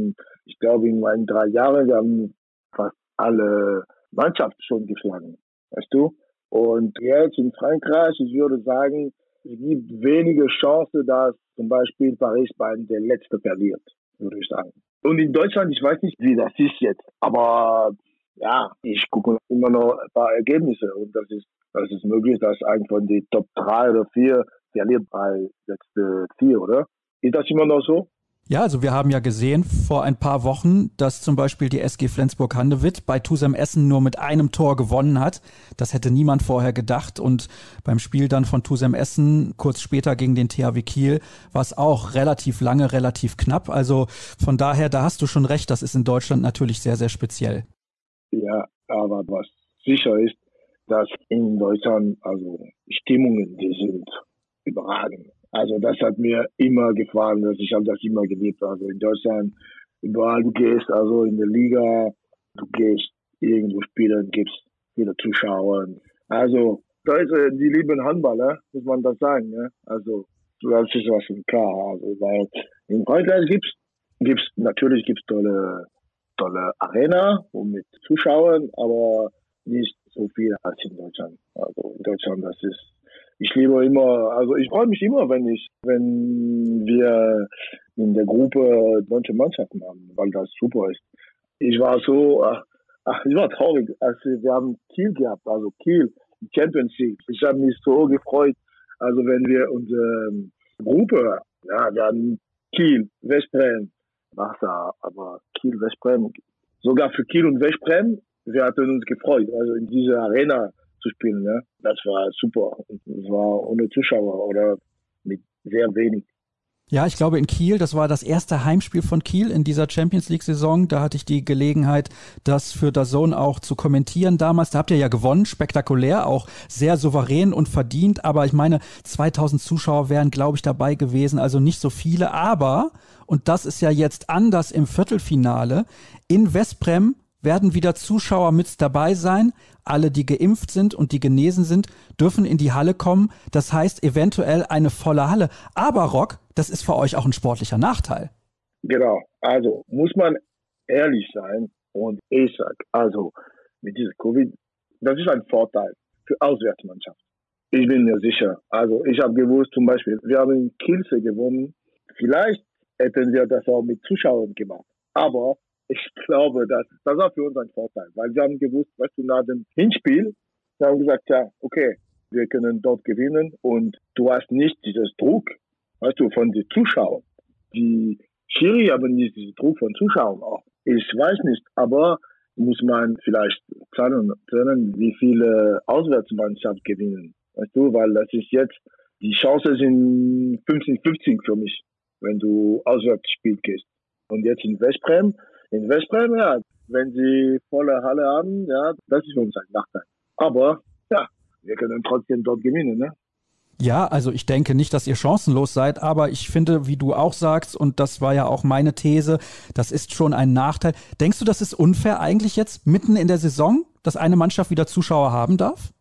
S5: Ich glaube, in meinen drei Jahren, wir haben fast alle Mannschaften schon geschlagen, weißt du? Und jetzt in Frankreich, ich würde sagen, es gibt wenige Chancen, dass zum Beispiel Paris Bayern der Letzte verliert, würde ich sagen. Und in Deutschland, ich weiß nicht, wie das ist jetzt, aber ja, ich gucke immer noch ein paar Ergebnisse und das ist, das ist möglich, dass ein von den Top drei oder vier verliert bei letzte vier, oder? Ist das immer noch so?
S2: Ja, also wir haben ja gesehen vor ein paar Wochen, dass zum Beispiel die S G Flensburg-Handewitt bei Tusem Essen nur mit einem Tor gewonnen hat. Das hätte niemand vorher gedacht. Und beim Spiel dann von Tusem Essen kurz später gegen den T H W Kiel war es auch relativ lange, relativ knapp. Also von daher, da hast du schon recht, das ist in Deutschland natürlich sehr, sehr speziell.
S5: Ja, aber was sicher ist, dass in Deutschland also Stimmungen, die sind überragend. Also das hat mir immer gefallen, dass ich habe das immer geliebt. Also in Deutschland, überall du gehst, also in der Liga, du gehst irgendwo spielen, gibt's viele Zuschauer. Also Deutsche, die lieben Handball, ne? Muss man das sagen. Ne? Also das ist was schon klar. Also weil in Frankreich gibt's gibt's natürlich gibt's tolle tolle Arena und mit Zuschauern, aber nicht so viel als in Deutschland. Also in Deutschland, das ist Ich liebe immer, also ich freue mich immer, wenn ich, wenn wir in der Gruppe deutsche Mannschaften haben, weil das super ist. Ich war so, ach, ach ich war traurig, als wir haben Kiel gehabt, also Kiel, Champions League. Ich habe mich so gefreut, also wenn wir unsere Gruppe, ja, wir haben Kiel, Westbrem, Wasser, aber Kiel, Westbrem, sogar für Kiel und Westbrem, wir hatten uns gefreut, also in dieser Arena zu spielen, ne? Das war super. Das war ohne Zuschauer oder mit sehr wenig.
S2: Ja, ich glaube in Kiel, das war das erste Heimspiel von Kiel in dieser Champions League-Saison. Da hatte ich die Gelegenheit, das für D A Z N auch zu kommentieren damals. Da habt ihr ja gewonnen, spektakulär, auch sehr souverän und verdient. Aber ich meine, zweitausend Zuschauer wären, glaube ich, dabei gewesen, also nicht so viele. Aber, und das ist ja jetzt anders im Viertelfinale, in Westbrem werden wieder Zuschauer mit dabei sein. Alle, die geimpft sind und die genesen sind, dürfen in die Halle kommen. Das heißt eventuell eine volle Halle. Aber Rock, das ist für euch auch ein sportlicher Nachteil.
S5: Genau. Also muss man ehrlich sein und ich sag, also mit dieser Covid, das ist ein Vorteil für Auswärtsmannschaft. Ich bin mir sicher. Also ich habe gewusst, zum Beispiel, wir haben in Kielce gewonnen. Vielleicht hätten wir das auch mit Zuschauern gemacht. Aber ich glaube, das, das war für uns ein Vorteil, weil wir haben gewusst, weißt du, nach dem Hinspiel, wir haben gesagt, ja, okay, wir können dort gewinnen und du hast nicht dieses Druck, weißt du, von den Zuschauern. Die Schiri haben nicht diesen Druck von Zuschauern auch. Ich weiß nicht, aber muss man vielleicht planen, planen wie viele Auswärtsmannschaften gewinnen, weißt du, weil das ist jetzt, die Chancen sind fünfzig fünfzig für mich, wenn du auswärts spielst gehst. Und jetzt in Westbrem, In Westbrem, ja, wenn sie volle Halle haben, ja, das ist für uns ein Nachteil. Aber, ja, wir können trotzdem dort gewinnen, ne?
S2: Ja, also ich denke nicht, dass ihr chancenlos seid, aber ich finde, wie du auch sagst, und das war ja auch meine These, das ist schon ein Nachteil. Denkst du, das ist unfair eigentlich jetzt mitten in der Saison, dass eine Mannschaft wieder Zuschauer haben darf?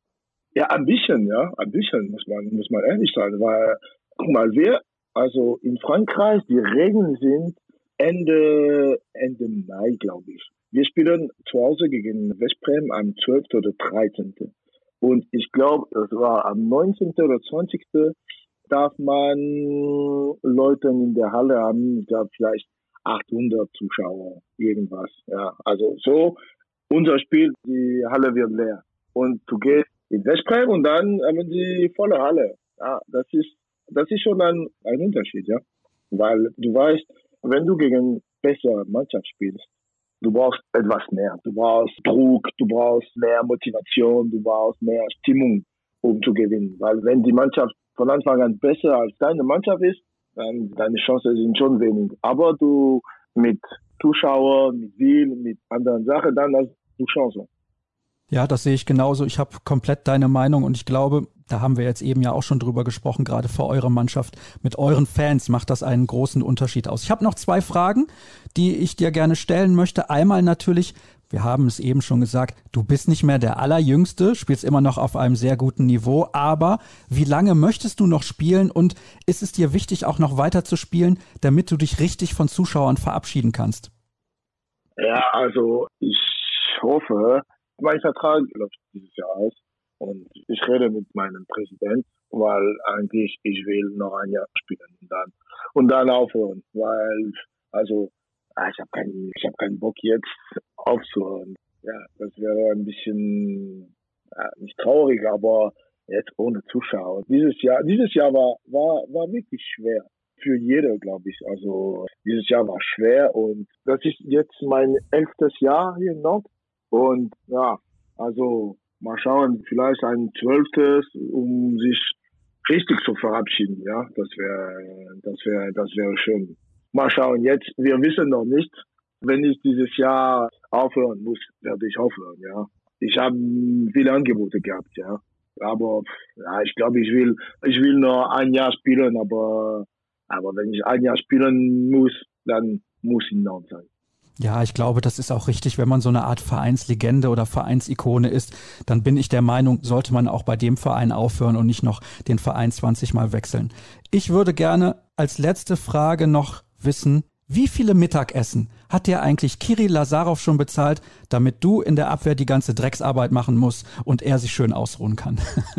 S5: Ja, ein bisschen, ja, ein bisschen, muss man, muss man ehrlich sein, weil, guck mal, wir, also in Frankreich, die Regeln sind, Ende, Ende Mai, glaube ich. Wir spielen zu Hause gegen Westbrem am zwölften oder dreizehnten Und ich glaube, das war am neunzehnten oder zwanzigsten darf man Leute in der Halle haben, ich glaube vielleicht achthundert Zuschauer, irgendwas. Ja, also so, unser Spiel, die Halle wird leer. Und du gehst in Westbrem und dann haben sie volle Halle. Ja, das ist, das ist schon ein, ein Unterschied, ja. Weil du weißt, wenn du gegen bessere Mannschaft spielst, du brauchst etwas mehr. Du brauchst Druck, du brauchst mehr Motivation, du brauchst mehr Stimmung, um zu gewinnen. Weil wenn die Mannschaft von Anfang an besser als deine Mannschaft ist, dann deine Chancen sind schon wenig. Aber du mit Zuschauern, mit Ziel, mit anderen Sachen, dann hast du Chancen.
S2: Ja, das sehe ich genauso. Ich habe komplett deine Meinung und ich glaube, da haben wir jetzt eben ja auch schon drüber gesprochen, gerade für eure Mannschaft. Mit euren Fans macht das einen großen Unterschied aus. Ich habe noch zwei Fragen, die ich dir gerne stellen möchte. Einmal natürlich, wir haben es eben schon gesagt, du bist nicht mehr der Allerjüngste, spielst immer noch auf einem sehr guten Niveau, aber wie lange möchtest du noch spielen und ist es dir wichtig, auch noch weiter zu spielen, damit du dich richtig von Zuschauern verabschieden kannst?
S5: Ja, also ich hoffe, mein Vertrag läuft dieses Jahr aus und ich rede mit meinem Präsident, weil eigentlich ich will noch ein Jahr spielen und dann und dann aufhören, weil also ich habe keinen ich habe keinen Bock jetzt aufzuhören. Ja, das wäre ein bisschen ja, nicht traurig, aber jetzt ohne Zuschauer. Dieses Jahr dieses Jahr war war war wirklich schwer. Für jeder, glaube ich. Also dieses Jahr war schwer und das ist jetzt mein elftes Jahr hier in Nantes. Und ja, also mal schauen, vielleicht ein zwölftes, um sich richtig zu verabschieden. Ja, das wäre, das wäre, das wäre schön. Mal schauen. Jetzt, wir wissen noch nicht, wenn ich dieses Jahr aufhören muss, werde ich aufhören. Ja, ich habe viele Angebote gehabt. Ja, aber ja, ich glaube, ich will, ich will noch ein Jahr spielen, aber Aber wenn ich ein Jahr spielen muss, dann muss ich Nantes sein.
S2: Ja, ich glaube, das ist auch richtig, wenn man so eine Art Vereinslegende oder Vereinsikone ist, dann bin ich der Meinung, sollte man auch bei dem Verein aufhören und nicht noch den Verein zwanzig Mal wechseln. Ich würde gerne als letzte Frage noch wissen, wie viele Mittagessen hat dir eigentlich Kirill Lazarov schon bezahlt, damit du in der Abwehr die ganze Drecksarbeit machen musst und er sich schön ausruhen kann?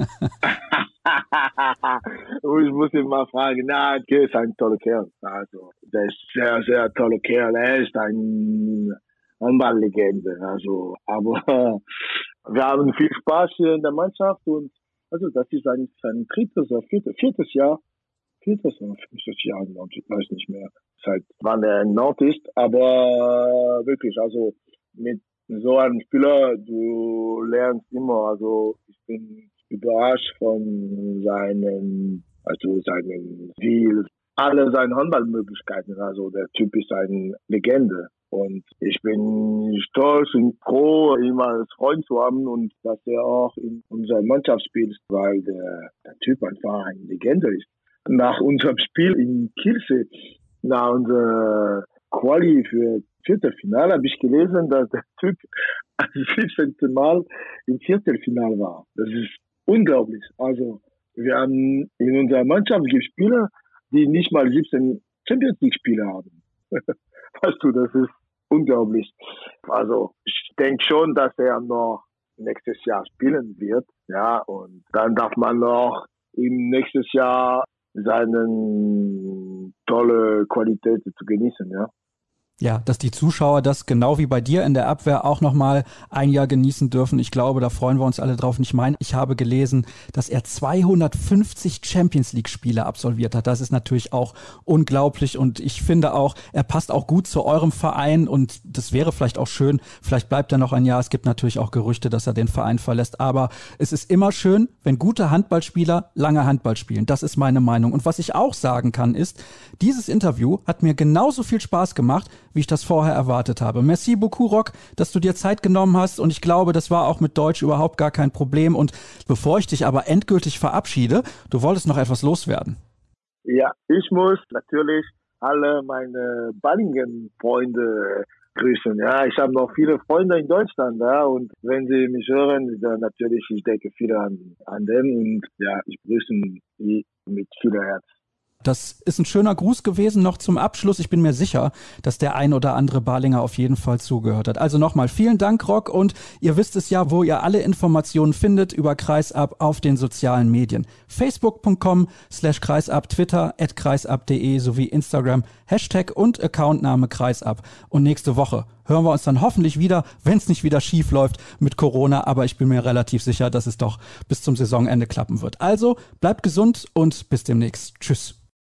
S5: Ich muss ihn mal fragen. Na, er ist ein toller Kerl. Also, der ist sehr, sehr toller Kerl. Er ist ein Handballlegende. Also, aber wir haben viel Spaß hier in der Mannschaft und also das ist ein, ein drittes oder viertes, viertes Jahr, viertes oder fünftes Jahr, ich weiß nicht mehr, seit wann er in Nantes ist. Aber wirklich, also mit so einem Spieler, du lernst immer. Also ich bin überrascht von seinen, also seinen Stil, alle seine Handballmöglichkeiten. Also der Typ ist eine Legende. Und ich bin stolz und froh, ihn als Freund zu haben und dass er auch in unserer Mannschaft spielt, weil der, der Typ einfach eine Legende ist. Nach unserem Spiel in Kielce, nach unserer Quali für Viertelfinale, habe ich gelesen, dass der Typ das siebzehnte Mal im Viertelfinale war. Das ist unglaublich. Also, wir haben in unserer Mannschaft gibt Spieler, die nicht mal siebzehn Champions League Spiele haben. Weißt du, das ist unglaublich. Also, ich denke schon, dass er noch nächstes Jahr spielen wird. Ja, und dann darf man noch im nächstes Jahr seine tolle Qualität zu genießen, ja.
S2: Ja, dass die Zuschauer das genau wie bei dir in der Abwehr auch nochmal ein Jahr genießen dürfen. Ich glaube, da freuen wir uns alle drauf. Ich meine, ich habe gelesen, dass er zweihundertfünfzig Champions League Spiele absolviert hat. Das ist natürlich auch unglaublich und ich finde auch, er passt auch gut zu eurem Verein und das wäre vielleicht auch schön. Vielleicht bleibt er noch ein Jahr. Es gibt natürlich auch Gerüchte, dass er den Verein verlässt. Aber es ist immer schön, wenn gute Handballspieler lange Handball spielen. Das ist meine Meinung. Und was ich auch sagen kann, ist, dieses Interview hat mir genauso viel Spaß gemacht, wie ich das vorher erwartet habe. Merci beaucoup, Rock, dass du dir Zeit genommen hast und ich glaube, das war auch mit Deutsch überhaupt gar kein Problem. Und bevor ich dich aber endgültig verabschiede, du wolltest noch etwas loswerden.
S5: Ja, ich muss natürlich alle meine Ballingen-Freunde grüßen. Ja, ich habe noch viele Freunde in Deutschland, ja, und wenn sie mich hören, dann natürlich, ich denke viel an, an them und ja, ich grüße sie mit viel Herz.
S2: Das ist ein schöner Gruß gewesen noch zum Abschluss. Ich bin mir sicher, dass der ein oder andere Balinger auf jeden Fall zugehört hat. Also nochmal vielen Dank, Rock. Und ihr wisst es ja, wo ihr alle Informationen findet über Kreisab auf den sozialen Medien. Facebook punkt com slash Kreisab, Twitter at kreisab punkt de sowie Instagram, Hashtag und Accountname Kreisab. Und nächste Woche hören wir uns dann hoffentlich wieder, wenn es nicht wieder schief läuft mit Corona. Aber ich bin mir relativ sicher, dass es doch bis zum Saisonende klappen wird. Also bleibt gesund und bis demnächst. Tschüss.